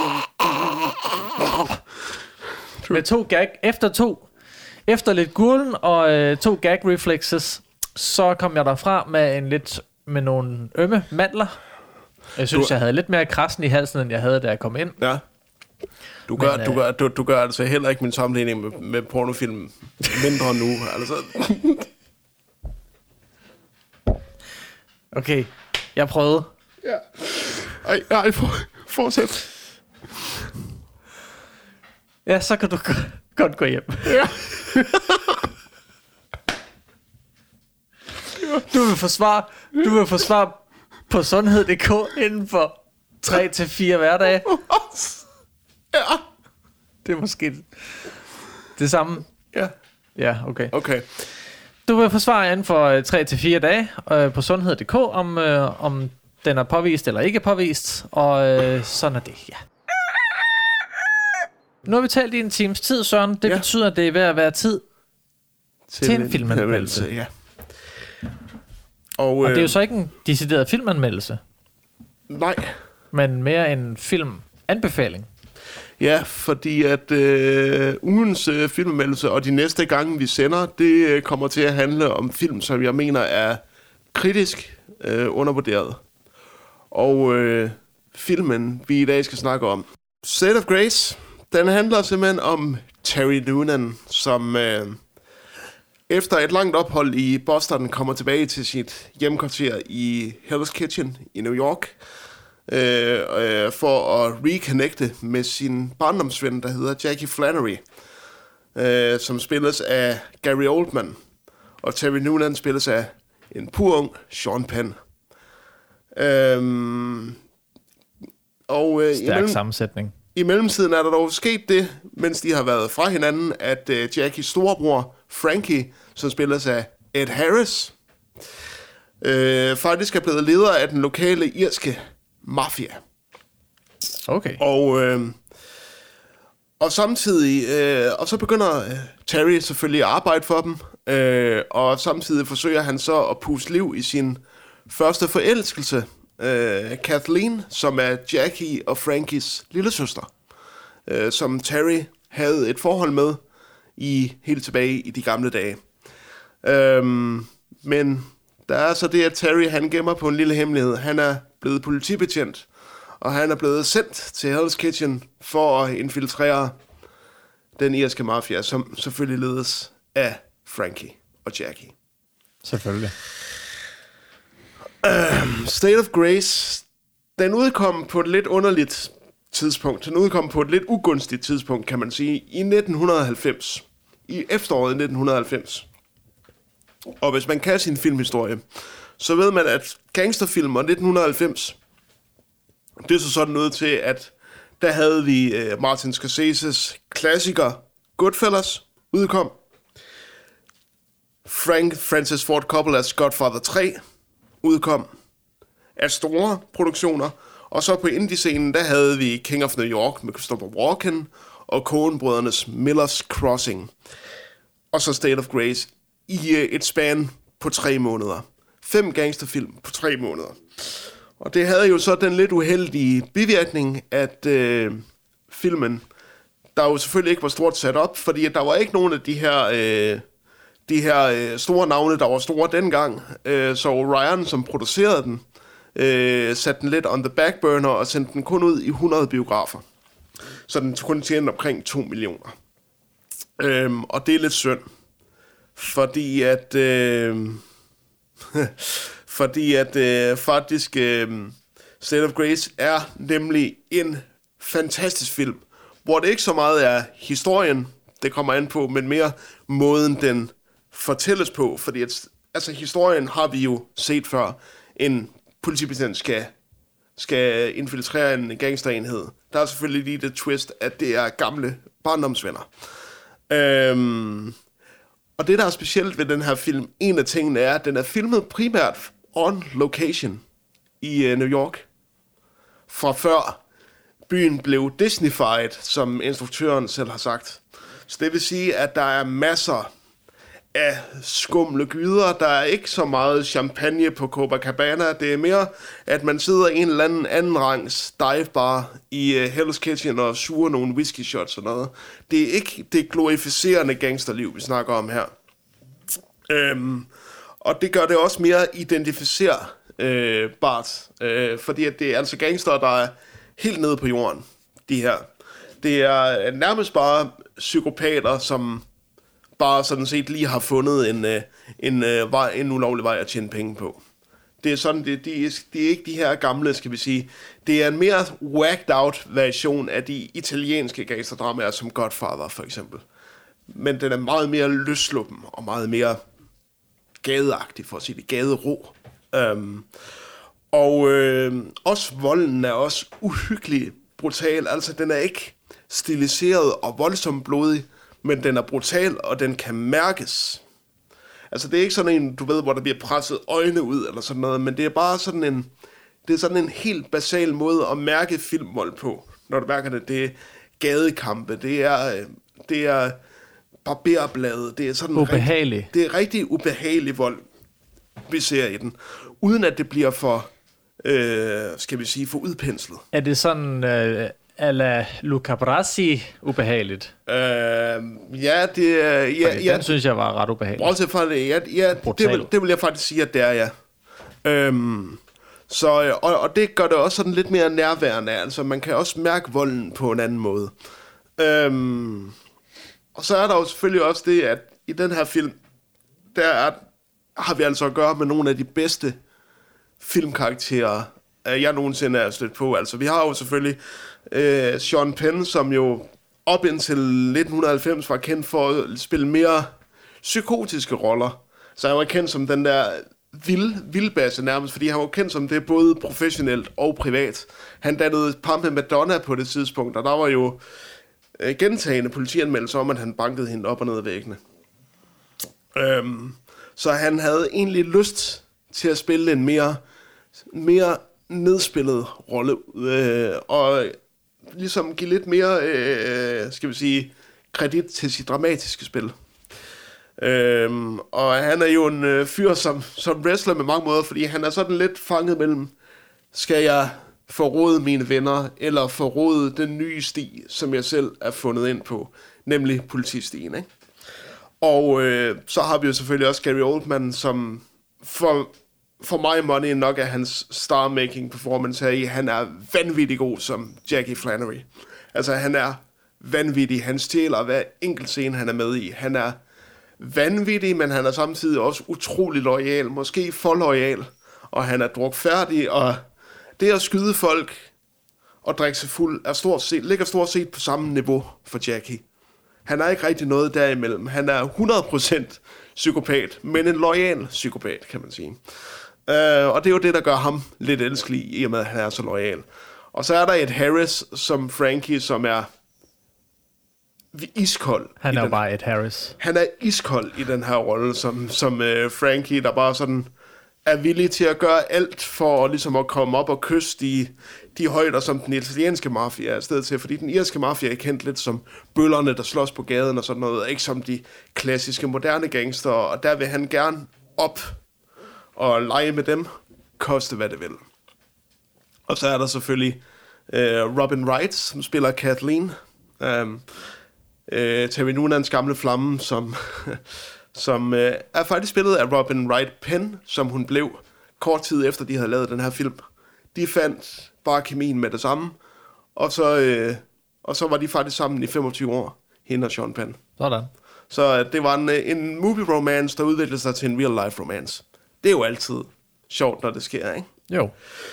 med to gag efter to efter lidt gurlen og øh, to gag reflexes, så kom jeg derfra med en lidt med nogle ømme mandler. Jeg synes, du... jeg havde lidt mere krassen i halsen, end jeg havde, da jeg kom ind. Ja. Du gør, Men, du, øh, gør, du, du gør altså heller ikke min sammenligning med, med pornofilm mindre nu. Altså. Okay, jeg prøvede. Ja. Ej, ej, for, fortsæt. Ja, så kan du g- godt gå hjem. Ja. Du vil få svar, du vil få svar på sundhed punktum d k inden for tre til fire hverdage. Ja. Det er måske det samme. Ja. Ja, okay. Okay. Du vil få svar inden for tre til fire dage øh, på sundhed punktum d k, om, øh, om den er påvist eller ikke påvist, og øh, sådan er det, ja. Nu har vi talt i en times tid, Søren. Det Ja. betyder, at det er ved at være tid til, til en filmanmeldelse. Ja. Og, Og øh, det er jo så ikke en decideret filmanmeldelse, nej. men mere en filmanbefaling. Ja, fordi at øh, ugens øh, filmanmeldelse og de næste gange, vi sender, det øh, kommer til at handle om film, som jeg mener er kritisk øh, undervurderet. Og øh, filmen, vi i dag skal snakke om, State of Grace, den handler simpelthen om Terry Noonan, som øh, efter et langt ophold i Boston kommer tilbage til sit hjemkvarter i Hell's Kitchen i New York, øh, øh, for at reconnecte med sin barndomsven, der hedder Jackie Flannery, øh, som spilles af Gary Oldman. Og Terry Noonan spilles af en pur ung Sean Penn. Øhm, og øh, Stærk imellem, sammensætning. i mellemtiden er der dog sket det, mens de har været fra hinanden, at øh, Jackies storebror Frankie, som spilles af Ed Harris, øh, faktisk er blevet leder af den lokale irske mafia. Okay. Og, øh, og samtidig, øh, og så begynder øh, Terry selvfølgelig at arbejde for dem, øh, og samtidig forsøger han så at puste liv i sin første forelskelse, øh, Kathleen, som er Jackie og Frankies lillesøster, øh, som Terry havde et forhold med i helt tilbage i de gamle dage. Øhm, men der er så det, at Terry han gemmer på en lille hemmelighed. Han er blevet politibetjent, og han er blevet sendt til Hell's Kitchen for at infiltrere den irske mafia, som selvfølgelig ledes af Frankie og Jackie. Selvfølgelig. State of Grace, den udkom på et lidt underligt tidspunkt. Den udkom på et lidt ugunstigt tidspunkt, kan man sige, i nitten halvfems. I efteråret nitten halvfems. Og hvis man kan sin filmhistorie, så ved man, at gangsterfilm og nitten halvfems, det er så sådan noget til, at der havde vi uh, Martin Scorseses klassiker Goodfellas udkom. Frank Francis Ford Coppola's Godfather tre udkom af store produktioner. Og så på indie-scenen, der havde vi King of New York med Christopher Walken og Coen-brødrenes Miller's Crossing. Og så State of Grace i et span på tre måneder. Fem gangsterfilm på tre måneder. Og det havde jo så den lidt uheldige bivirkning, at øh, filmen, der jo selvfølgelig ikke var stort sat op, fordi der var ikke nogen af de her, øh, de her øh, store navne, der var store dengang. Øh, så Ryan, som producerede den, øh, satte den lidt on the back burner og sendte den kun ud i hundrede biografer. Så den kun tjente omkring to millioner. Øh, og det er lidt synd. Fordi at øh, fordi at øh, faktisk øh, State of Grace er nemlig en fantastisk film, hvor det ikke så meget er historien, det kommer an på, men mere måden den fortælles på, fordi at, altså historien har vi jo set før. En politibetjent skal skal infiltrere en gangsterenhed. Der er selvfølgelig lige det twist, at det er gamle barndomsvenner. Øhm Og det, der er specielt ved den her film, en af tingene er, at den er filmet primært on location i uh, New York. Fra før byen blev Disneyfied, som instruktøren selv har sagt. Så det vil sige, at der er masser af skumle gyder. Der er ikke så meget champagne på Copacabana. Det er mere, at man sidder i en eller anden anden rangs divebar i uh, Hell's Kitchen og suger nogle whisky shots og noget. Det er ikke det glorificerende gangsterliv, vi snakker om her. Øhm, og det gør det også mere identificerbart, øh, fordi at det er altså gangster, der er helt nede på jorden, de her. det er nærmest bare psykopater, som bare sådan set lige har fundet en, en, en, en ulovlig vej at tjene penge på. Det er sådan, det, det, er, det er ikke de her gamle, skal vi sige. Det er en mere whacked out version af de italienske gangsterdramaer, som Godfather for eksempel. Men den er meget mere løsluppen og meget mere gadeagtig, for at sige det, gadero. Um, og øh, også volden er også uhyggelig brutal. Altså, den er ikke stiliseret og voldsomt blodig, men den er brutal, og den kan mærkes. Altså, det er ikke sådan en, du ved, hvor der bliver presset øjne ud, eller sådan noget, men det er bare sådan en, det er sådan en helt basal måde at mærke filmvold på, når du mærker det. Det er gadekampe, det er, det er barberblade, det er sådan ubehagelig. Rigtig, det er rigtig ubehagelig vold, vi ser i den, uden at det bliver for, øh, skal vi sige, for udpenslet. Er det sådan øh, a la Luca Brasi ubehageligt? Øh, ja, det er... Ja, okay, ja, den synes jeg var ret ubehagelig. Bortset fra det, ja, ja det, vil, det vil jeg faktisk sige, at det er, ja. Øhm, så, og, og det gør det også sådan lidt mere nærværende, altså man kan også mærke volden på en anden måde. Øhm, og så er der jo selvfølgelig også det, at i den her film, der er, har vi altså at gøre med nogle af de bedste filmkarakterer, jeg nogensinde er stødt på. Altså vi har jo selvfølgelig øh, Sean Penn, som jo op indtil nitten halvfems var kendt for at spille mere psykotiske roller. Så han var kendt som den der vild, vildbasse nærmest, fordi han var kendt som det både professionelt og privat. Han dannede par med Madonna på det tidspunkt, og der var jo øh, gentagende politianmeldelser om, at han bankede hende op og ned ad væggene. Øhm, så han havde egentlig lyst til at spille en mere, mere nedspillet rolle, øh, og ligesom give lidt mere, øh, skal vi sige, kredit til sit dramatiske spil. Øhm, og han er jo en øh, fyr som, som wrestler med mange måder, fordi han er sådan lidt fanget mellem, skal jeg forråde mine venner, eller forråde den nye sti, som jeg selv er fundet ind på, nemlig politistien, ikke? Og øh, så har vi jo selvfølgelig også Gary Oldman, som for, for mig money nok er hans star-making performance her i. Han er vanvittig god som Jackie Flannery. Altså han er vanvittig. Han stjæler hver enkelt scene, han er med i. Han er vanvittig, men han er samtidig også utrolig loyal. Måske for loyal. Og han er drukfærdig, og det at skyde folk og drikke sig fuld er stort set, ligger stort set på samme niveau for Jackie. Han er ikke rigtig noget derimellem. Han er hundrede procent psykopat, men en loyal psykopat, kan man sige. Uh, og det er jo det, der gør ham lidt elskelig, i og med, at han er så loyal. Og så er der et Harris som Frankie, som er iskold. Han er jo bare et Harris. Han er iskold i den her rolle, som, som uh, Frankie, der bare sådan er villig til at gøre alt for ligesom at komme op og kysse de, de højder, som den italienske mafia er i stedet til. Fordi den irske mafia er kendt lidt som bøllerne, der slås på gaden og sådan noget. Ikke som de klassiske moderne gangster. Og der vil han gerne op og lege med dem, koste hvad det vil. Og så er der selvfølgelig uh, Robin Wright, som spiller Kathleen. Um, uh, Terry Noonans gamle flamme, som... som øh, er faktisk spillet af Robin Wright Penn, som hun blev kort tid efter, de havde lavet den her film. De fandt bare kemien med det samme, og så, øh, og så var de faktisk sammen i femogtyve år, hende og Sean Penn. Sådan. Så øh, det var en, en movie romance, der udviklede sig til en real life romance. Det er jo altid sjovt, når det sker, ikke? Jo.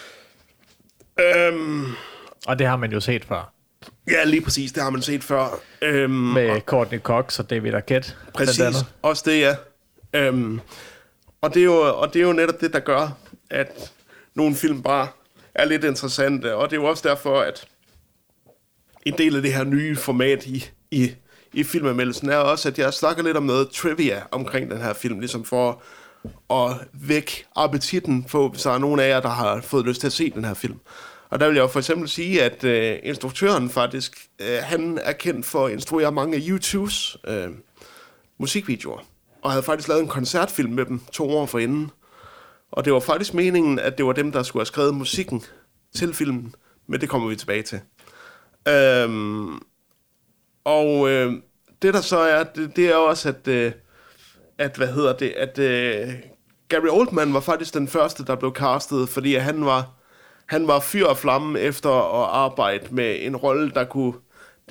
Øhm, og det har man jo set før. Ja, lige præcis. Det har man set før. Øhm, Med og, Courtney Cox og David Arquette. Præcis. Også det, ja. Øhm, og, det er jo, og det er jo netop det, der gør, at nogle film bare er lidt interessante. Og det er jo også derfor, at en del af det her nye format i, i, i filmanmeldelsen er også, at jeg snakker lidt om noget trivia omkring den her film, ligesom for at vække appetitten på, hvis der er nogen af jer, der har fået lyst til at se den her film. Og der vil jeg jo for eksempel sige, at øh, instruktøren faktisk, øh, han er kendt for at instruere mange af U two's øh, musikvideoer. Og havde faktisk lavet en koncertfilm med dem to år forinden. Og det var faktisk meningen, at det var dem, der skulle have skrevet musikken til filmen. Men det kommer vi tilbage til. Øhm, og øh, det der så er, det, det er også, at, øh, at hvad hedder det, at øh, Gary Oldman var faktisk den første, der blev castet, fordi at han var... Han var fyr og flamme efter at arbejde med en rolle, der kunne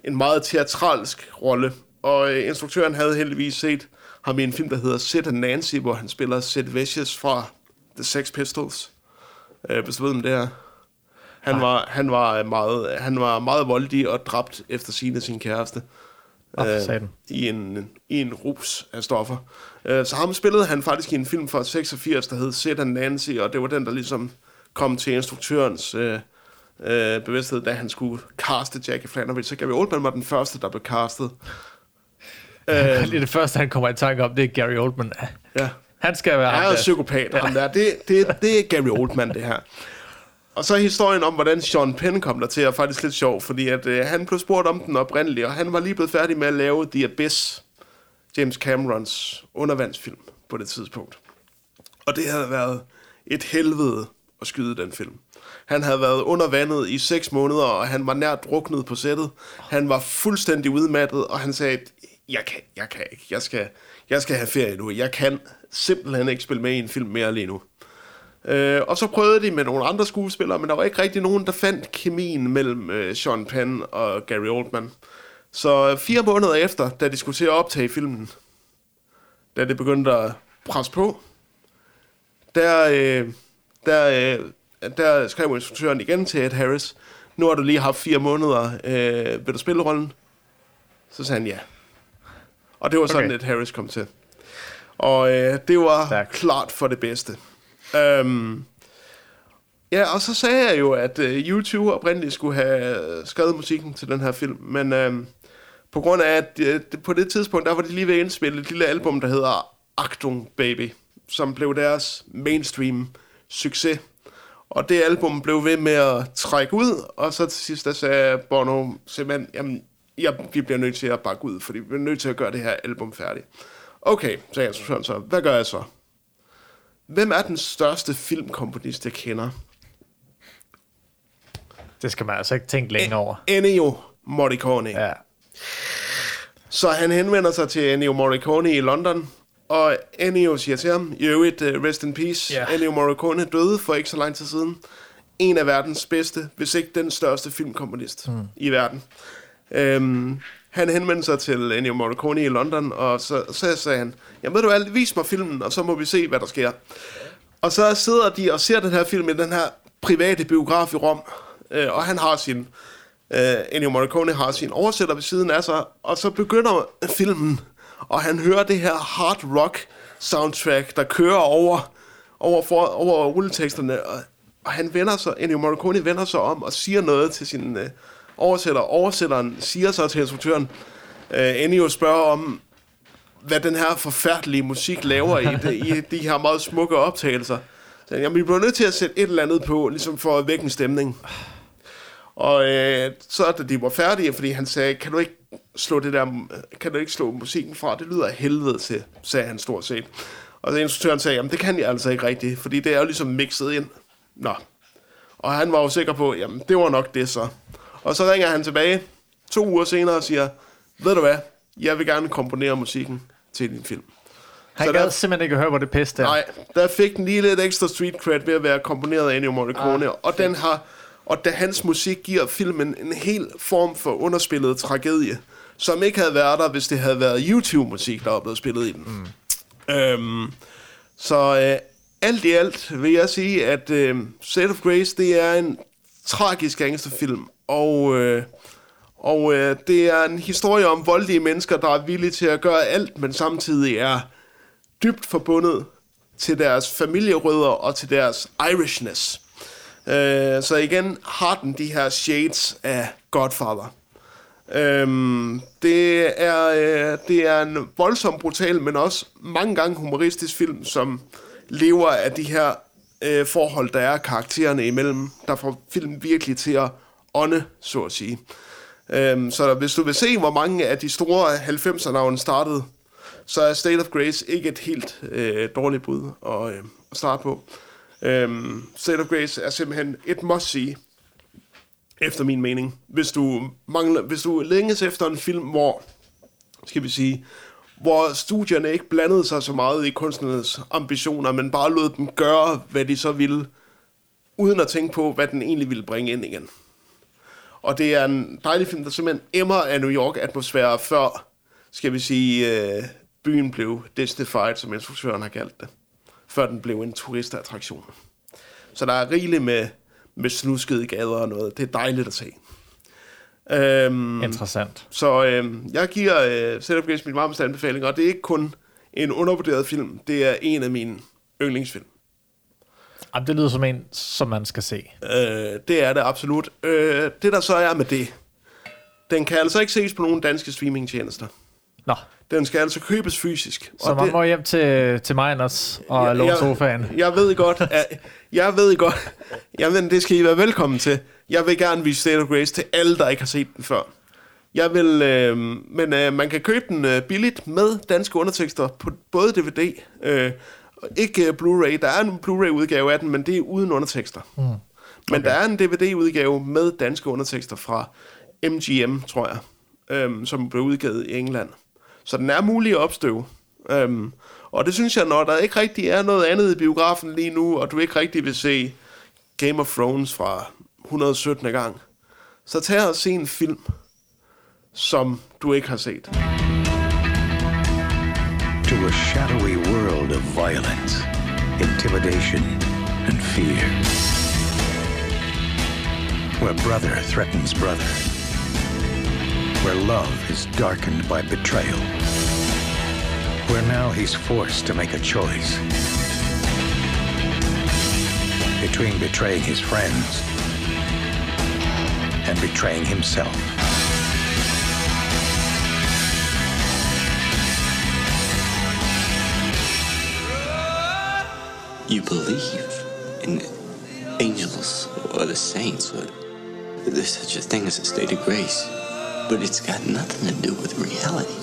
en meget teatralsk rolle. Og øh, instruktøren havde heldigvis set ham i en film, der hedder Sid and Nancy, hvor han spiller Sid Vicious fra The Sex Pistols. Øh, hvis du ved om det her. Han var, han, var meget, han var meget voldig og dræbt efter sine sin kæreste. Oh, øh, i, en, I en rus af stoffer. Øh, så ham spillede han faktisk i en film fra seksogfirs, der hed Sid and Nancy, og det var den, der ligesom kom til instruktørens øh, øh, bevidsthed, da han skulle caste Jackie Flannery. Så Gary Oldman var den første, der blev castet. Øh, det er det første, han kommer i tanke om, det er Gary Oldman. Ja. Han skal være ham der. Han er psykopat, ja. ham der. Det, det, det er Gary Oldman, det her. Og så historien om, hvordan Sean Penn kom der til, er faktisk lidt sjov, fordi at, øh, han blev spurgt om den oprindelige, og han var lige blevet færdig med at lave The Abyss, James Camerons undervandsfilm på det tidspunkt. Og det havde været et helvede at skyde den film. Han havde været under vandet i seks måneder, og han var nær druknet på sættet. Han var fuldstændig udmattet, og han sagde, jeg kan, jeg kan ikke, jeg skal, jeg skal have ferie nu. Jeg kan simpelthen ikke spille med i en film mere lige nu. Uh, og så prøvede de med nogle andre skuespillere, men der var ikke rigtig nogen, der fandt kemien mellem uh, Sean Penn og Gary Oldman. Så uh, fire måneder efter, da de skulle til at optage filmen, da det begyndte at presse på, der, uh, der, uh, der skrev instruktøren igen til Ed Harris, nu har du lige haft fire måneder, uh, vil du spille rollen? Så sagde han ja. Og det var sådan, okay. Ed Harris kom til. Og uh, det var tak. Klart for det bedste. Um, ja, og så sagde jeg jo, at uh, YouTube oprindeligt skulle have skrevet musikken til den her film, men um, på grund af, at uh, på det tidspunkt, der var de lige ved at indspille et lille album, der hedder Achtung Baby, som blev deres mainstream succes. Og det album blev ved med at trække ud, og så til sidst der sagde Bono simpelthen, jamen, ja, vi bliver nødt til at bakke ud, fordi vi bliver nødt til at gøre det her album færdigt. Okay, sagde jeg så, hvad gør jeg så? Hvem er den største filmkomponist, jeg kender? Det skal man altså ikke tænke længe over. Ennio Morricone. Ja. Så han henvender sig til Ennio Morricone i London, og Ennio siger til ham, i øvrigt, uh, rest in peace, yeah. Ennio Morricone døde for ikke så lang tid siden. En af verdens bedste, hvis ikke den største filmkomponist mm. i verden. Um, han henvendte sig til Ennio Morricone i London, og så, så sagde han, jamen ved du hvad, vis mig filmen, og så må vi se, hvad der sker. Og så sidder de og ser den her film i den her private biograf i Rom, øh, og han har sin, øh, Ennio Morricone har sin oversætter ved siden af sig, og så begynder filmen, og han hører det her hard rock soundtrack, der kører over, over, for, over rulleteksterne, og, og han vender sig, Ennio Morricone vender sig om og siger noget til sin øh, oversætter. Oversætteren siger så til instruktøren, øh, Ennio spørger om, hvad den her forfærdelige musik laver i, det, i de her meget smukke optagelser. Så, jamen, vi bliver nødt til at sætte et eller andet på, ligesom for at vække en stemning. Og øh, så da de var færdige, fordi han sagde, kan du ikke slå det der, kan du ikke slå musikken fra? Det lyder af helvede til, sagde han stort set. Og så instruktøren sagde, jamen det kan jeg altså ikke rigtigt, fordi det er jo ligesom mixet ind. Nå. Og han var jo sikker på, jamen det var nok det så. Og så ringer han tilbage to uger senere og siger, ved du hvad, jeg vil gerne komponere musikken til din film. Han gad simpelthen ikke høre, hvor det pisse der. Nej, der fik den lige lidt ekstra street cred ved at være komponeret af Ennio Morricone, ah, og den har, og da hans musik giver filmen en hel form for underspillet tragedie, som ikke havde været der, hvis det havde været YouTube-musik, der var blevet spillet i den. Mm. Øhm, så øh, alt i alt vil jeg sige, at øh, State of Grace, det er en tragisk gangsterfilm, og... Øh, Og øh, det er en historie om voldelige mennesker, der er villige til at gøre alt, men samtidig er dybt forbundet til deres familierødder og til deres Irishness. Øh, så igen har den de her shades af Godfather. Øh, det, er, øh, det er en voldsom, brutal, men også mange gange humoristisk film, som lever af de her øh, forhold, der er karaktererne imellem, der får filmen virkelig til at ånde, så at sige. Um, så hvis du vil se, hvor mange af de store halvfemser-navne startede, så er State of Grace ikke et helt øh, dårligt bud at, øh, at starte på. Um, State of Grace er simpelthen et must-see, efter min mening. Hvis du mangler, hvis du længes efter en film, hvor, skal vi sige, hvor studierne ikke blandede sig så meget i kunstnernes ambitioner, men bare lod dem gøre, hvad de så ville, uden at tænke på, hvad den egentlig ville bringe ind igen. Og det er en dejlig film, der simpelthen emmer af New York-atmosfære, før, skal vi sige, øh, byen blev Disneyfied, som instruktøren har kaldt det. Før den blev en turistattraktion. Så der er rigeligt med, med snuskede gader og noget. Det er dejligt at se. Øhm, Interessant. Så øhm, jeg giver øh, Set Up Against min varmeste anbefaling, og det er ikke kun en undervurderet film, det er en af mine yndlingsfilm. Jamen, det lyder som en, som man skal se. Øh, det er det absolut. Øh, det der så er med det, den kan altså ikke ses på nogen danske streamingtjenester. Nå. Den skal altså købes fysisk. Så og man det, må hjem til, til Meiners og jeg, låne jeg, sofaen. Jeg ved godt, at, jeg ved godt, jeg ved, det skal I være velkommen til. Jeg vil gerne vise State of Grace til alle, der ikke har set den før. Jeg vil, øh, men øh, man kan købe den øh, billigt med danske undertekster på både D V D, øh, ikke uh, Blu-ray. Der er en Blu-ray-udgave af den, men det er uden undertekster. Mm. Okay. Men der er en D V D-udgave med danske undertekster fra M G M, tror jeg, øhm, som blev udgivet i England. Så den er mulig at opstøve. Øhm, og det synes jeg, når der ikke rigtig er noget andet i biografen lige nu, og du ikke rigtig vil se Game of Thrones fra et hundrede og syttende gang, så tag og se en film, som du ikke har set. To a shadowy world of violence, intimidation, and fear. Where brother threatens brother. Where love is darkened by betrayal. Where now he's forced to make a choice. Between betraying his friends and betraying himself. You believe in angels or the saints, or there's such a thing as a state of grace, but it's got nothing to do with reality.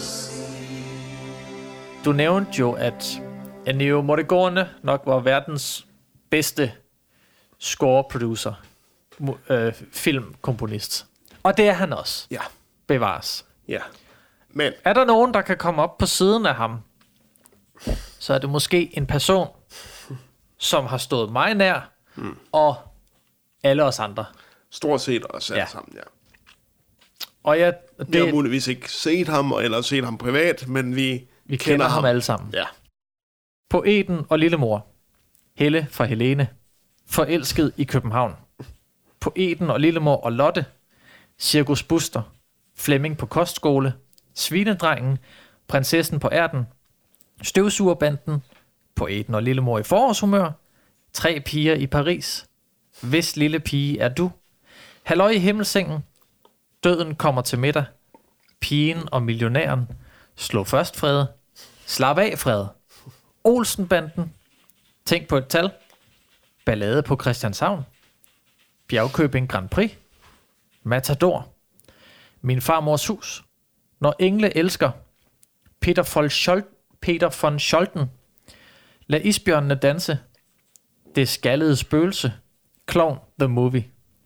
Du nævnte jo, at Ennio Morricone nok var verdens bedste score-producer, øh, filmkomponist. Og det er han også. Ja. Bevares. Ja. Men er der nogen, der kan komme op på siden af ham, så er det måske en person, som har stået mig nær, hmm. og alle os andre. Stort set os alle ja. sammen, ja. Og jeg, det, vi har muligvis ikke set ham, eller set ham privat, men vi, vi kender, kender ham. ham alle sammen. Ja. Poeten og lillemor. Helle fra Helene. Forelsket i København. Poeten og lillemor og Lotte. Cirkus Buster. Flemming på kostskole. Svinedrengen. Prinsessen på ærten. Støvsugerbanden. Poeten og lillemor i forårshumør. Tre piger i Paris. Hvis lille pige er du. Halløj i himmelsengen. Døden kommer til middag. Pigen og millionæren. Slå først, Frede. Slap af, Frede. Olsenbanden. Tænk på et tal. Ballade på Christianshavn. Bjergkøbing Grand Prix. Matador. Min farmors hus. Når engle elsker. Peter von, Scholten. Peter von Scholten. Lad isbjørnene danse. Det skaldede spøgelse. Klovn the Movie.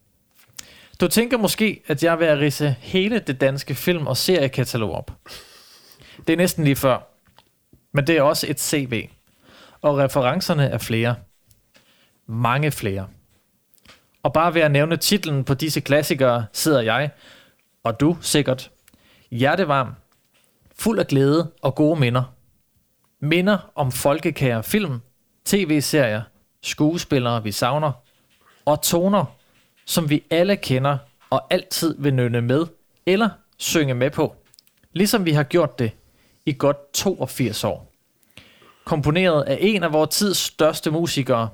Du tænker måske, at jeg vil ridse hele det danske film- og seriekatalog op. Det er næsten lige før. Men det er også et C V. Og referencerne er flere. Mange flere. Og bare ved at nævne titlen på disse klassikere, sidder jeg, og du sikkert, hjertevarm, fuld af glæde og gode minder. Minder om folkekære film, tv-serier, skuespillere vi savner, og toner, som vi alle kender og altid vil nynne med eller synge med på, ligesom vi har gjort det i godt toogfirs år. Komponeret af en af vores tids største musikere,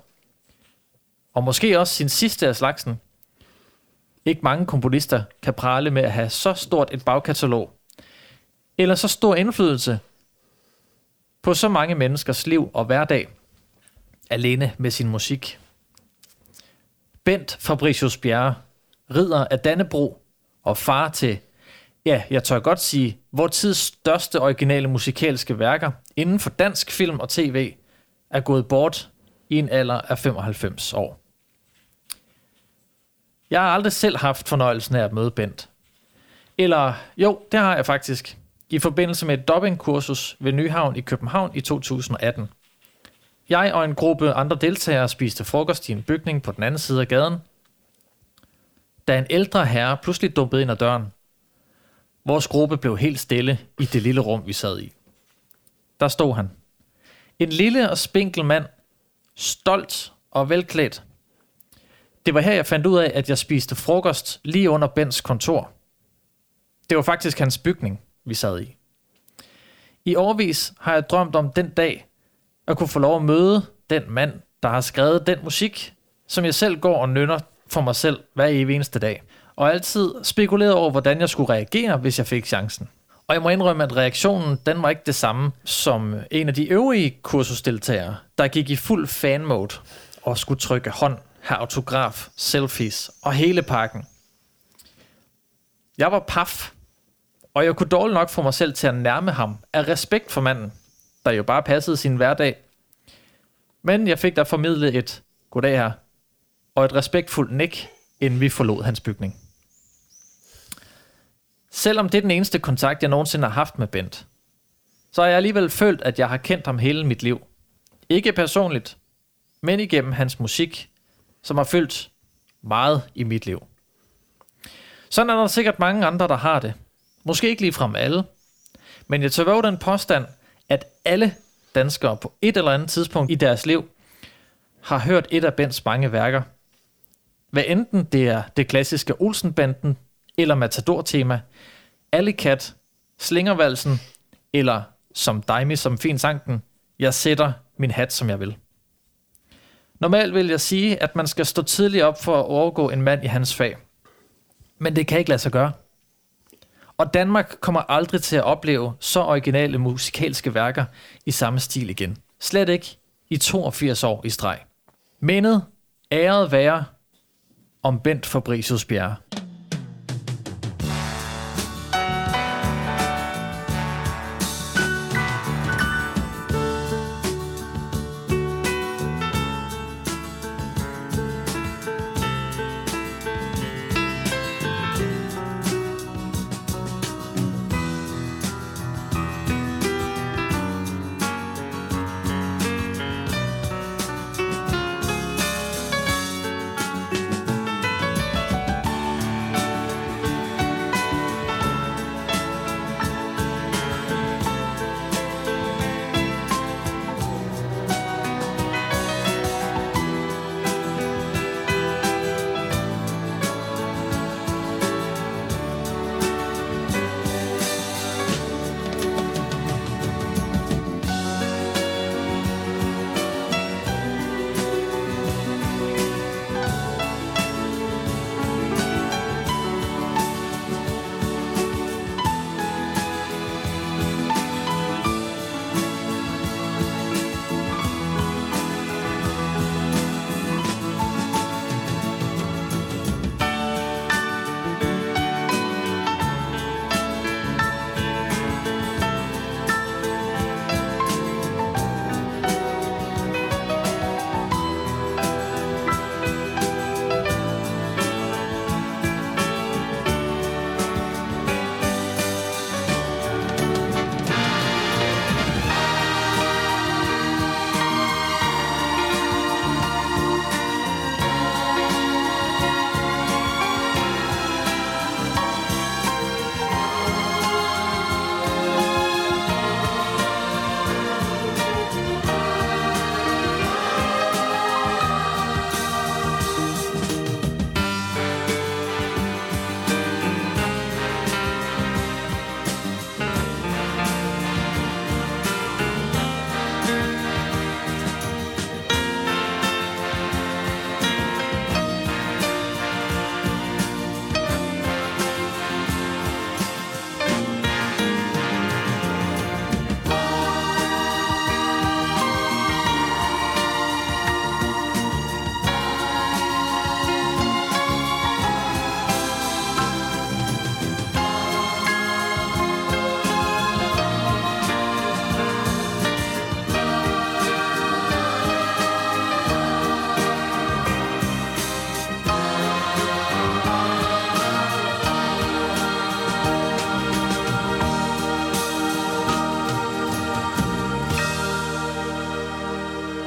og måske også sin sidste af slagsen. Ikke mange komponister kan prale med at have så stort et bagkatalog, eller så stor indflydelse på så mange menneskers liv og hverdag, alene med sin musik. Bent Fabricius Bjerre, ridder af Dannebrog og far til, ja, jeg tør godt sige, vor tids største originale musikalske værker inden for dansk film og tv, er gået bort i en alder af femoghalvfems år. Jeg har aldrig selv haft fornøjelsen af at møde Bent. Eller, jo, det har jeg faktisk, i forbindelse med et dubbingkursus ved Nyhavn i København i to tusind og atten. Jeg og en gruppe andre deltagere spiste frokost i en bygning på den anden side af gaden. da en ældre herre pludselig dumpede ind ad døren. Vores gruppe blev helt stille i det lille rum, vi sad i. Der stod han. En lille og spinkel mand, stolt og velklædt. Det var her, jeg fandt ud af, at jeg spiste frokost lige under Bens kontor. Det var faktisk hans bygning, vi sad i. I årevis har jeg drømt om den dag, at kunne få lov at møde den mand, der har skrevet den musik, som jeg selv går og nynner for mig selv hver evig eneste dag. Og altid spekuleret over, hvordan jeg skulle reagere, hvis jeg fik chancen. Og jeg må indrømme, at reaktionen, den var ikke det samme som en af de øvrige kursusdeltagere, der gik i fuld fan-mode og skulle trykke hånd, have autograf, selfies og hele pakken. Jeg var paf, og jeg kunne dårligt nok få mig selv til at nærme ham af respekt for manden, der jo bare passede sin hverdag. Men jeg fik da formidlet et goddag her, og et respektfuldt nik, inden vi forlod hans bygning. Selvom det er den eneste kontakt, jeg nogensinde har haft med Bent, så har jeg alligevel følt, at jeg har kendt ham hele mit liv. Ikke personligt, men igennem hans musik, som har fyldt meget i mit liv. Sådan er der sikkert mange andre, der har det. Måske ikke ligefrem alle, men jeg tør våge den påstand, at alle danskere på et eller andet tidspunkt i deres liv har hørt et af Bents mange værker. Hvad enten det er det klassiske Olsenbanden eller Matador-tema, Alleycat, Slingervalsen eller som Daimi som fin sang den, jeg sætter min hat som jeg vil. Normalt vil jeg sige, at man skal stå tidligt op for at overgå en mand i hans fag. Men det kan ikke lade sig gøre. Og Danmark kommer aldrig til at opleve så originale musikalske værker i samme stil igen. Slet ikke i toogfirs år i streg. Mindet æret være om Bent Fabricius Bjerre.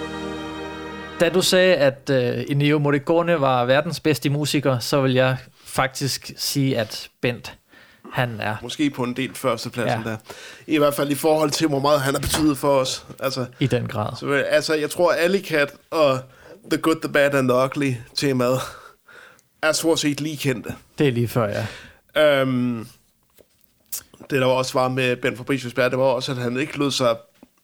Da du sagde, at uh, Ennio Morricone var verdens bedste musiker, så vil jeg faktisk sige, at Bent, han er... Måske på en del førstepladsen Ja. der. I hvert fald i forhold til, hvor meget han har betydet for os. Altså, I den grad. så, altså, jeg tror, Alley Cat og The Good, The Bad and The Ugly temaet er stort set lige kendte. Det er lige før, ja. Um, det der også var med Ben Fabricius Bjerre, det var også, at han ikke lod sig...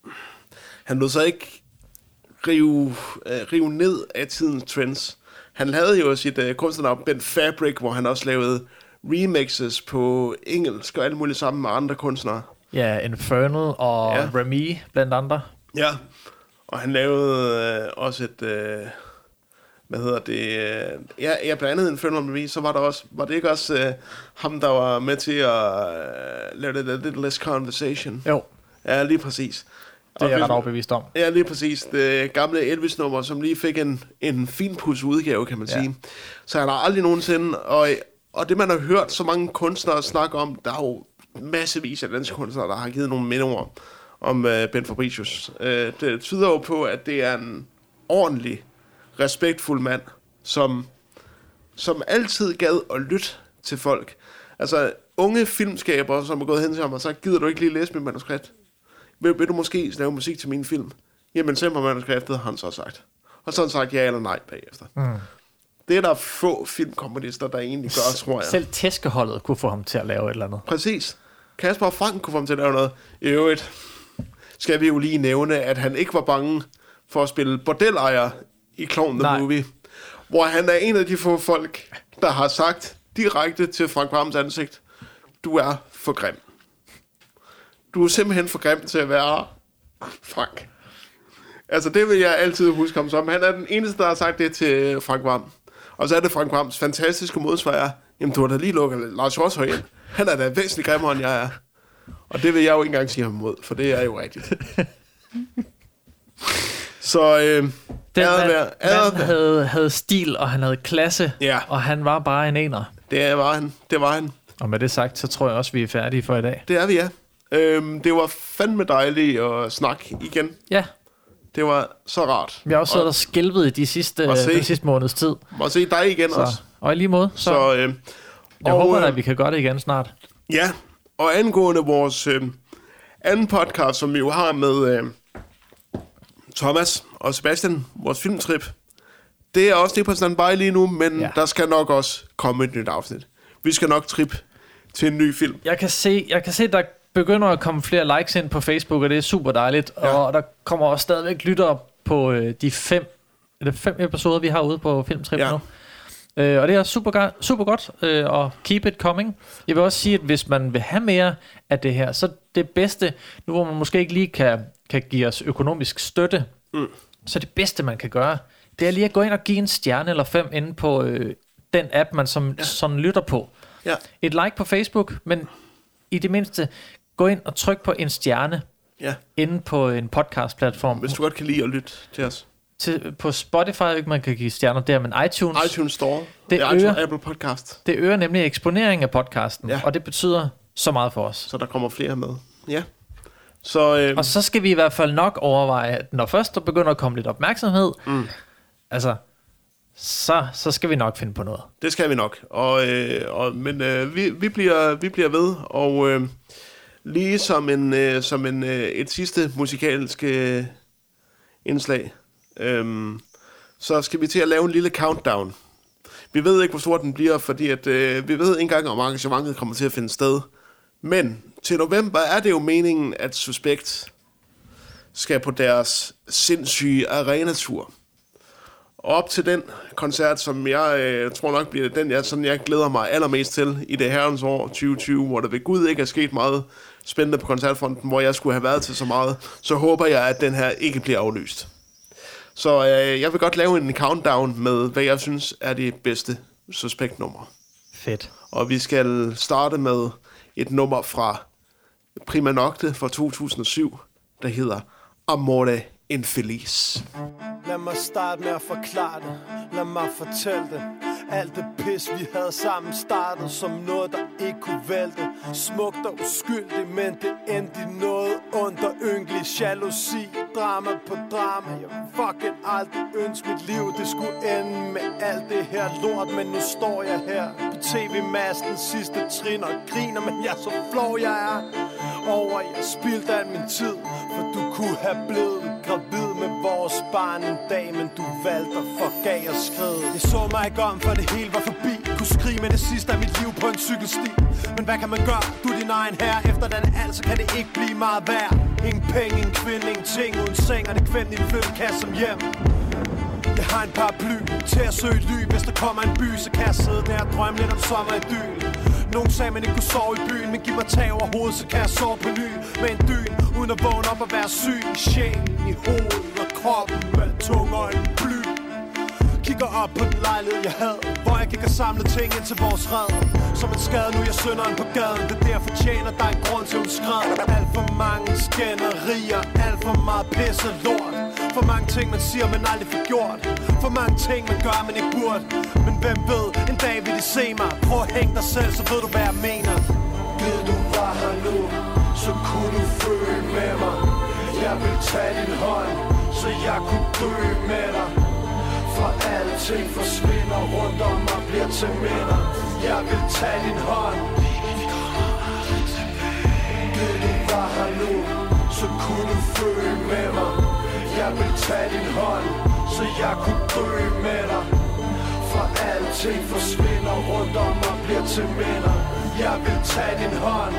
Han lod sig ikke rive, øh, rive ned af tidens trends. Han havde jo sit øh, kunstnernavn Ben Fabric, hvor han også lavede remixes på engelsk og alt muligt sammen med andre kunstnere. Ja, Infernal og Ja. Remy, blandt andre. Ja, og han lavede øh, også et... Øh, hvad hedder det? Øh, ja, ja, blandt andet Infernal og Remy, så var der også... Var det ikke også øh, ham, der var med til at øh, lave det der Little Less Conversation? Jo, Ja, lige præcis. det er jeg ret overbevist om. Ja, lige præcis. Det gamle Elvis-nummer, som lige fik en, en finpudset udgave, kan man Ja. sige. Så han har aldrig nogensinde... Og, og det, man har hørt så mange kunstnere snakke om, der er jo massevis af danske kunstnere, der har givet nogle mindeord om uh, Ben Fabricius. Uh, det tyder jo på, at det er en ordentlig, respektfuld mand, som, som altid gad at lytte til folk. Altså, unge filmskabere, som er gået hen til ham og sagt, gider du ikke lige læse mit manuskript? Vil, vil du måske lave musik til min film? Jamen, send mig manuskriptet, har han så sagt. Og så har han sagt ja eller nej bagefter. Mm. Det er der få filmkomponister, der egentlig gør, tror jeg. Selv tæskeholdet kunne få ham til at lave et eller andet. Præcis. Kasper og Frank kunne få ham til at lave noget. I øvrigt skal vi jo lige nævne, at han ikke var bange for at spille bordellejer i Clown the Nej. Movie. Hvor han er en af de få folk, der har sagt direkte til Frank Hvams ansigt, du er for grim. Du er simpelthen for grim til at være Frank. Altså, det vil jeg altid huske ham som. Han er den eneste, der har sagt det til Frank Hvam. Og så er det Frank Hvams fantastiske modsvar er, jamen, du har da lige lukket Lars Hjortshøj ind. Han er da væsentligt grimmere, end jeg er. Og det vil jeg jo ikke engang sige ham imod, for det er jo rigtigt. Så, øh, Den æret mand, være- æret mand være- havde, havde stil, og han havde klasse, Ja. og han var bare en ener. det var han. Det var han. Og med det sagt, så tror jeg også, vi er færdige for i dag. Det er vi, ja. Øhm, det var fandme dejligt at snakke igen. Ja, Det var så rart. vi har også siddet og, og skælvet i de sidste, Og se. den sidste måneds tid. og se dig igen Så, også. og i lige måde, så, Så, så øh, jeg og, håber da, øh, at vi kan gøre det igen snart. Ja, og angående vores øh, anden podcast, som vi jo har med øh, Thomas og Sebastian, vores filmtrip, det er også det på standby lige nu, men Ja. ja. der skal nok også komme et nyt afsnit. Vi skal nok trippe til en ny film. Jeg kan se, jeg kan se, der begynder at komme flere likes ind på Facebook, og det er super dejligt. Ja. Og der kommer også stadigvæk lyttere på øh, de fem, eller fem episoder, vi har ude på Filmtrip Ja. nu. Øh, og det er super, ga- super godt, øh, og keep it coming. Jeg vil også sige, at hvis man vil have mere af det her, så det bedste, nu hvor man måske ikke lige kan, kan give os økonomisk støtte, mm. så det bedste, man kan gøre, det er lige at gå ind og give en stjerne eller fem inde på øh, den app, man som, ja. sådan lytter på. Ja. Et like på Facebook, men i det mindste, gå ind og tryk på en stjerne Ja, inde på en podcast-platform. hvis du godt kan lide at lytte til os. Til, på Spotify, ikke man kan give stjerner der, men iTunes, iTunes Store, Det det er øger- iTunes Apple Podcast, det øger nemlig eksponering af podcasten, Ja. og det betyder så meget for os. så der kommer flere med. Ja. Så øh, Og så skal vi i hvert fald nok overveje, at når først der begynder at komme lidt opmærksomhed, mm. altså, så, så skal vi nok finde på noget. det skal vi nok. Og, øh, og, men øh, vi, vi, bliver, vi bliver ved, og øh, lige som, en, øh, som en, øh, et sidste musikalsk øh, indslag, øh, så skal vi til at lave en lille countdown. Vi ved ikke, hvor stor den bliver, fordi at, øh, vi ved ikke engang, om arrangementet kommer til at finde sted. Men til november er det jo meningen, at Suspekt skal på deres sindssyge arenatur. Og op til den koncert, som jeg øh, tror nok bliver den, jeg, sådan, jeg glæder mig allermest til i det herrens år tyve tyve, hvor der ved Gud ikke er sket meget spændende på koncertfronten, hvor jeg skulle have været til så meget, så håber jeg, at den her ikke bliver aflyst. Så øh, jeg vil godt lave en countdown med, hvad jeg synes er det bedste Suspekt-nummer. Fedt. Og vi skal starte med et nummer fra Prima Nocte fra to tusind og syv, der hedder Amore Infeliz. Lad mig starte med at forklare det. Lad mig fortælle det. Alt det pis vi havde sammen startede som noget der ikke kunne vælte. Smukt og uskyldigt, men det endte i noget under ynglig jalousi. drama på drama. Jeg vil fucking aldrig ønske mit liv, det skulle ende med alt det her lort. Men nu står jeg her på tv-masten, sidste trin og griner. Men jeg er så flov jeg er over, jeg spildte al min tid. For du kunne have blevet gravid med vores barn en dag, men du valgte at fuck af og skride. Jeg så mig ikke om, for det hele var forbi. Kunne skrige med det sidste af mit liv på en cykelsti. Men hvad kan man gøre? Du er din egen herre. Efter den alt, så kan det ikke blive meget værd. Ingen penge, ingen kvinde, ingen ting uden seng. Og det kvinde i en flyttekasse som hjem. Jeg har en paraply til at søge ly. Hvis der kommer en by, så kan jeg sidde der og drømme lidt om sommeridyl. Nogen sagde, man ikke kunne sove i byen, men giv mig tag over hovedet, så kan jeg sove på ny. Med en dyn, uden at vågne op og være syg. I sjælen, i hovedet og kroppen, med tunge og en bly. Kigger op på den lejlighed, jeg havde, hvor jeg gik og samlede ting ind til vores red. Som en skade, nu er jeg synderen på gaden. Det der fortjener, der er en grund til hun skred. Alt for mange skænderier, alt for meget pis og lort. For mange ting, man siger, man aldrig får gjort. For mange ting, man gør, man ikke burde. Men hvem ved, en dag vil de se mig. Prøv at hænge dig selv, så ved du, hvad jeg mener. Ved du var her nu, så kunne du føle med mig. Jeg vil tage din hånd, så jeg kunne dø med dig. For alting forsvinder rundt om mig, bliver til minder. Jeg vil tage din hånd. Ved du var her nu, så kunne du føle med mig. Jeg vil tage din hånd, så jeg kunne dø med dig. For alting forsvinder rundt om mig, bliver til minder. Jeg vil tage din hånd.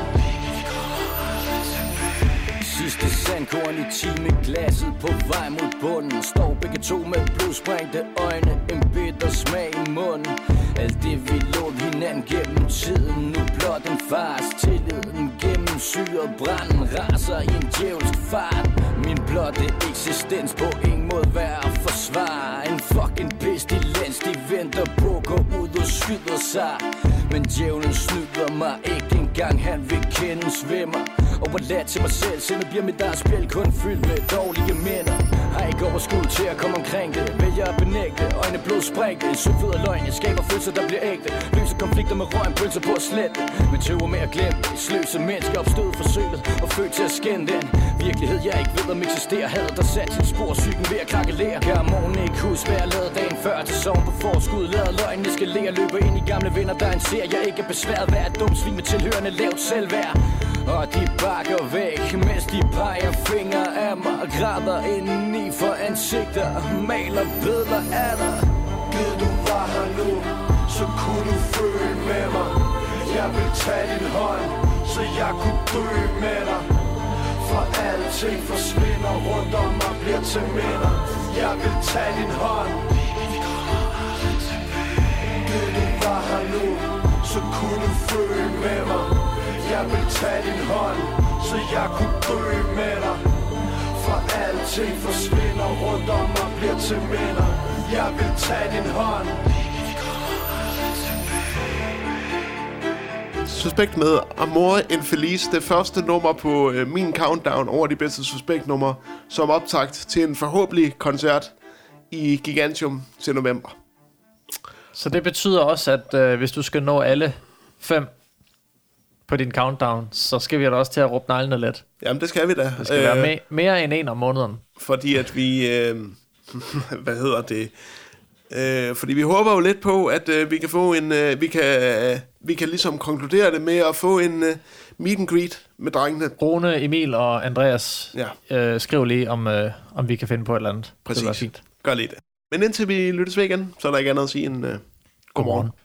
Sidste sandkorn i timeglasset på vej mod bunden. Står begge to med blodsprængte øjne, en bitter smag i munden. Alt det vi lånt hinanden gennem tiden, nu blot en fars tilliden. Gennemsyret branden raser i en djævelsk fart. Min blotte eksistens på ingen måde værd at forsvare. En fucking pestilens, de venter på at gå ud og skyder sig. Men djævlen snyder mig ikke engang, han vil kendes ved mig. Overladt til mig selv, sindet bliver mit eget spil kun fyldt med dårlige minder. Har ikke overskud til at komme omkring det, vælger at benægte, øjne blodsprængte. En søfed af løgn, jeg skaber følelser der bliver ægte. Løser konflikter med røg, pølser på at slette. Men tøver med at glemme det, sløse mennesker opstået for sølet og født til at skænde den virkelighed jeg ikke ved om eksisterer. Hadet der sat sit spor, psyken ved at krakelere. Kan om morgenen ikke huske hvad jeg lavede dagen før. Til sovn på forskud, lader løgnen eskalere. Løber ind i gamle venner, der er en ser. Jeg ikke er besværet, hvad er dum svin med tilhørende lavt selvværd. Og de bakker væk, mens de peger fingre af mig og græder indeni for ansigter, maler billeder af dig. Ved du var her nu, så kunne du føle med mig. Jeg vil tage din hånd, så jeg kunne dø med dig. For alting forsvinder rundt om mig, bliver til minder. Jeg vil tage din hånd. Ved du var her nu, så kunne du føle med mig. Jeg vil tage din hånd, så jeg kunne dø med dig. For alting forsvinder rundt om mig, bliver til minder. Jeg vil tage din hånd. Suspekt med Amor Infeliz, det første nummer på øh, min countdown over de bedste Suspekt-numre, som optakt til en forhåbentlig koncert i Gigantium til november. Så det betyder også, at øh, hvis du skal nå alle fem på din countdown, så skal vi da også til at råbe neglene lidt. Jamen, det skal vi da. Det skal øh, være me- mere end en om måneden. Fordi at vi... Øh, hvad hedder det? Øh, fordi vi håber jo lidt på, at øh, vi kan få en... Øh, vi, kan, øh, vi kan ligesom konkludere det med at få en øh, meet and greet med drengene. Rune, Emil og Andreas, ja. øh, skriv lige, om, øh, om vi kan finde på et eller andet. Præcis. Det var fint. Gør lige det. Men indtil vi lyttes ved igen, så er der ikke andet at sige end øh, godmorgen.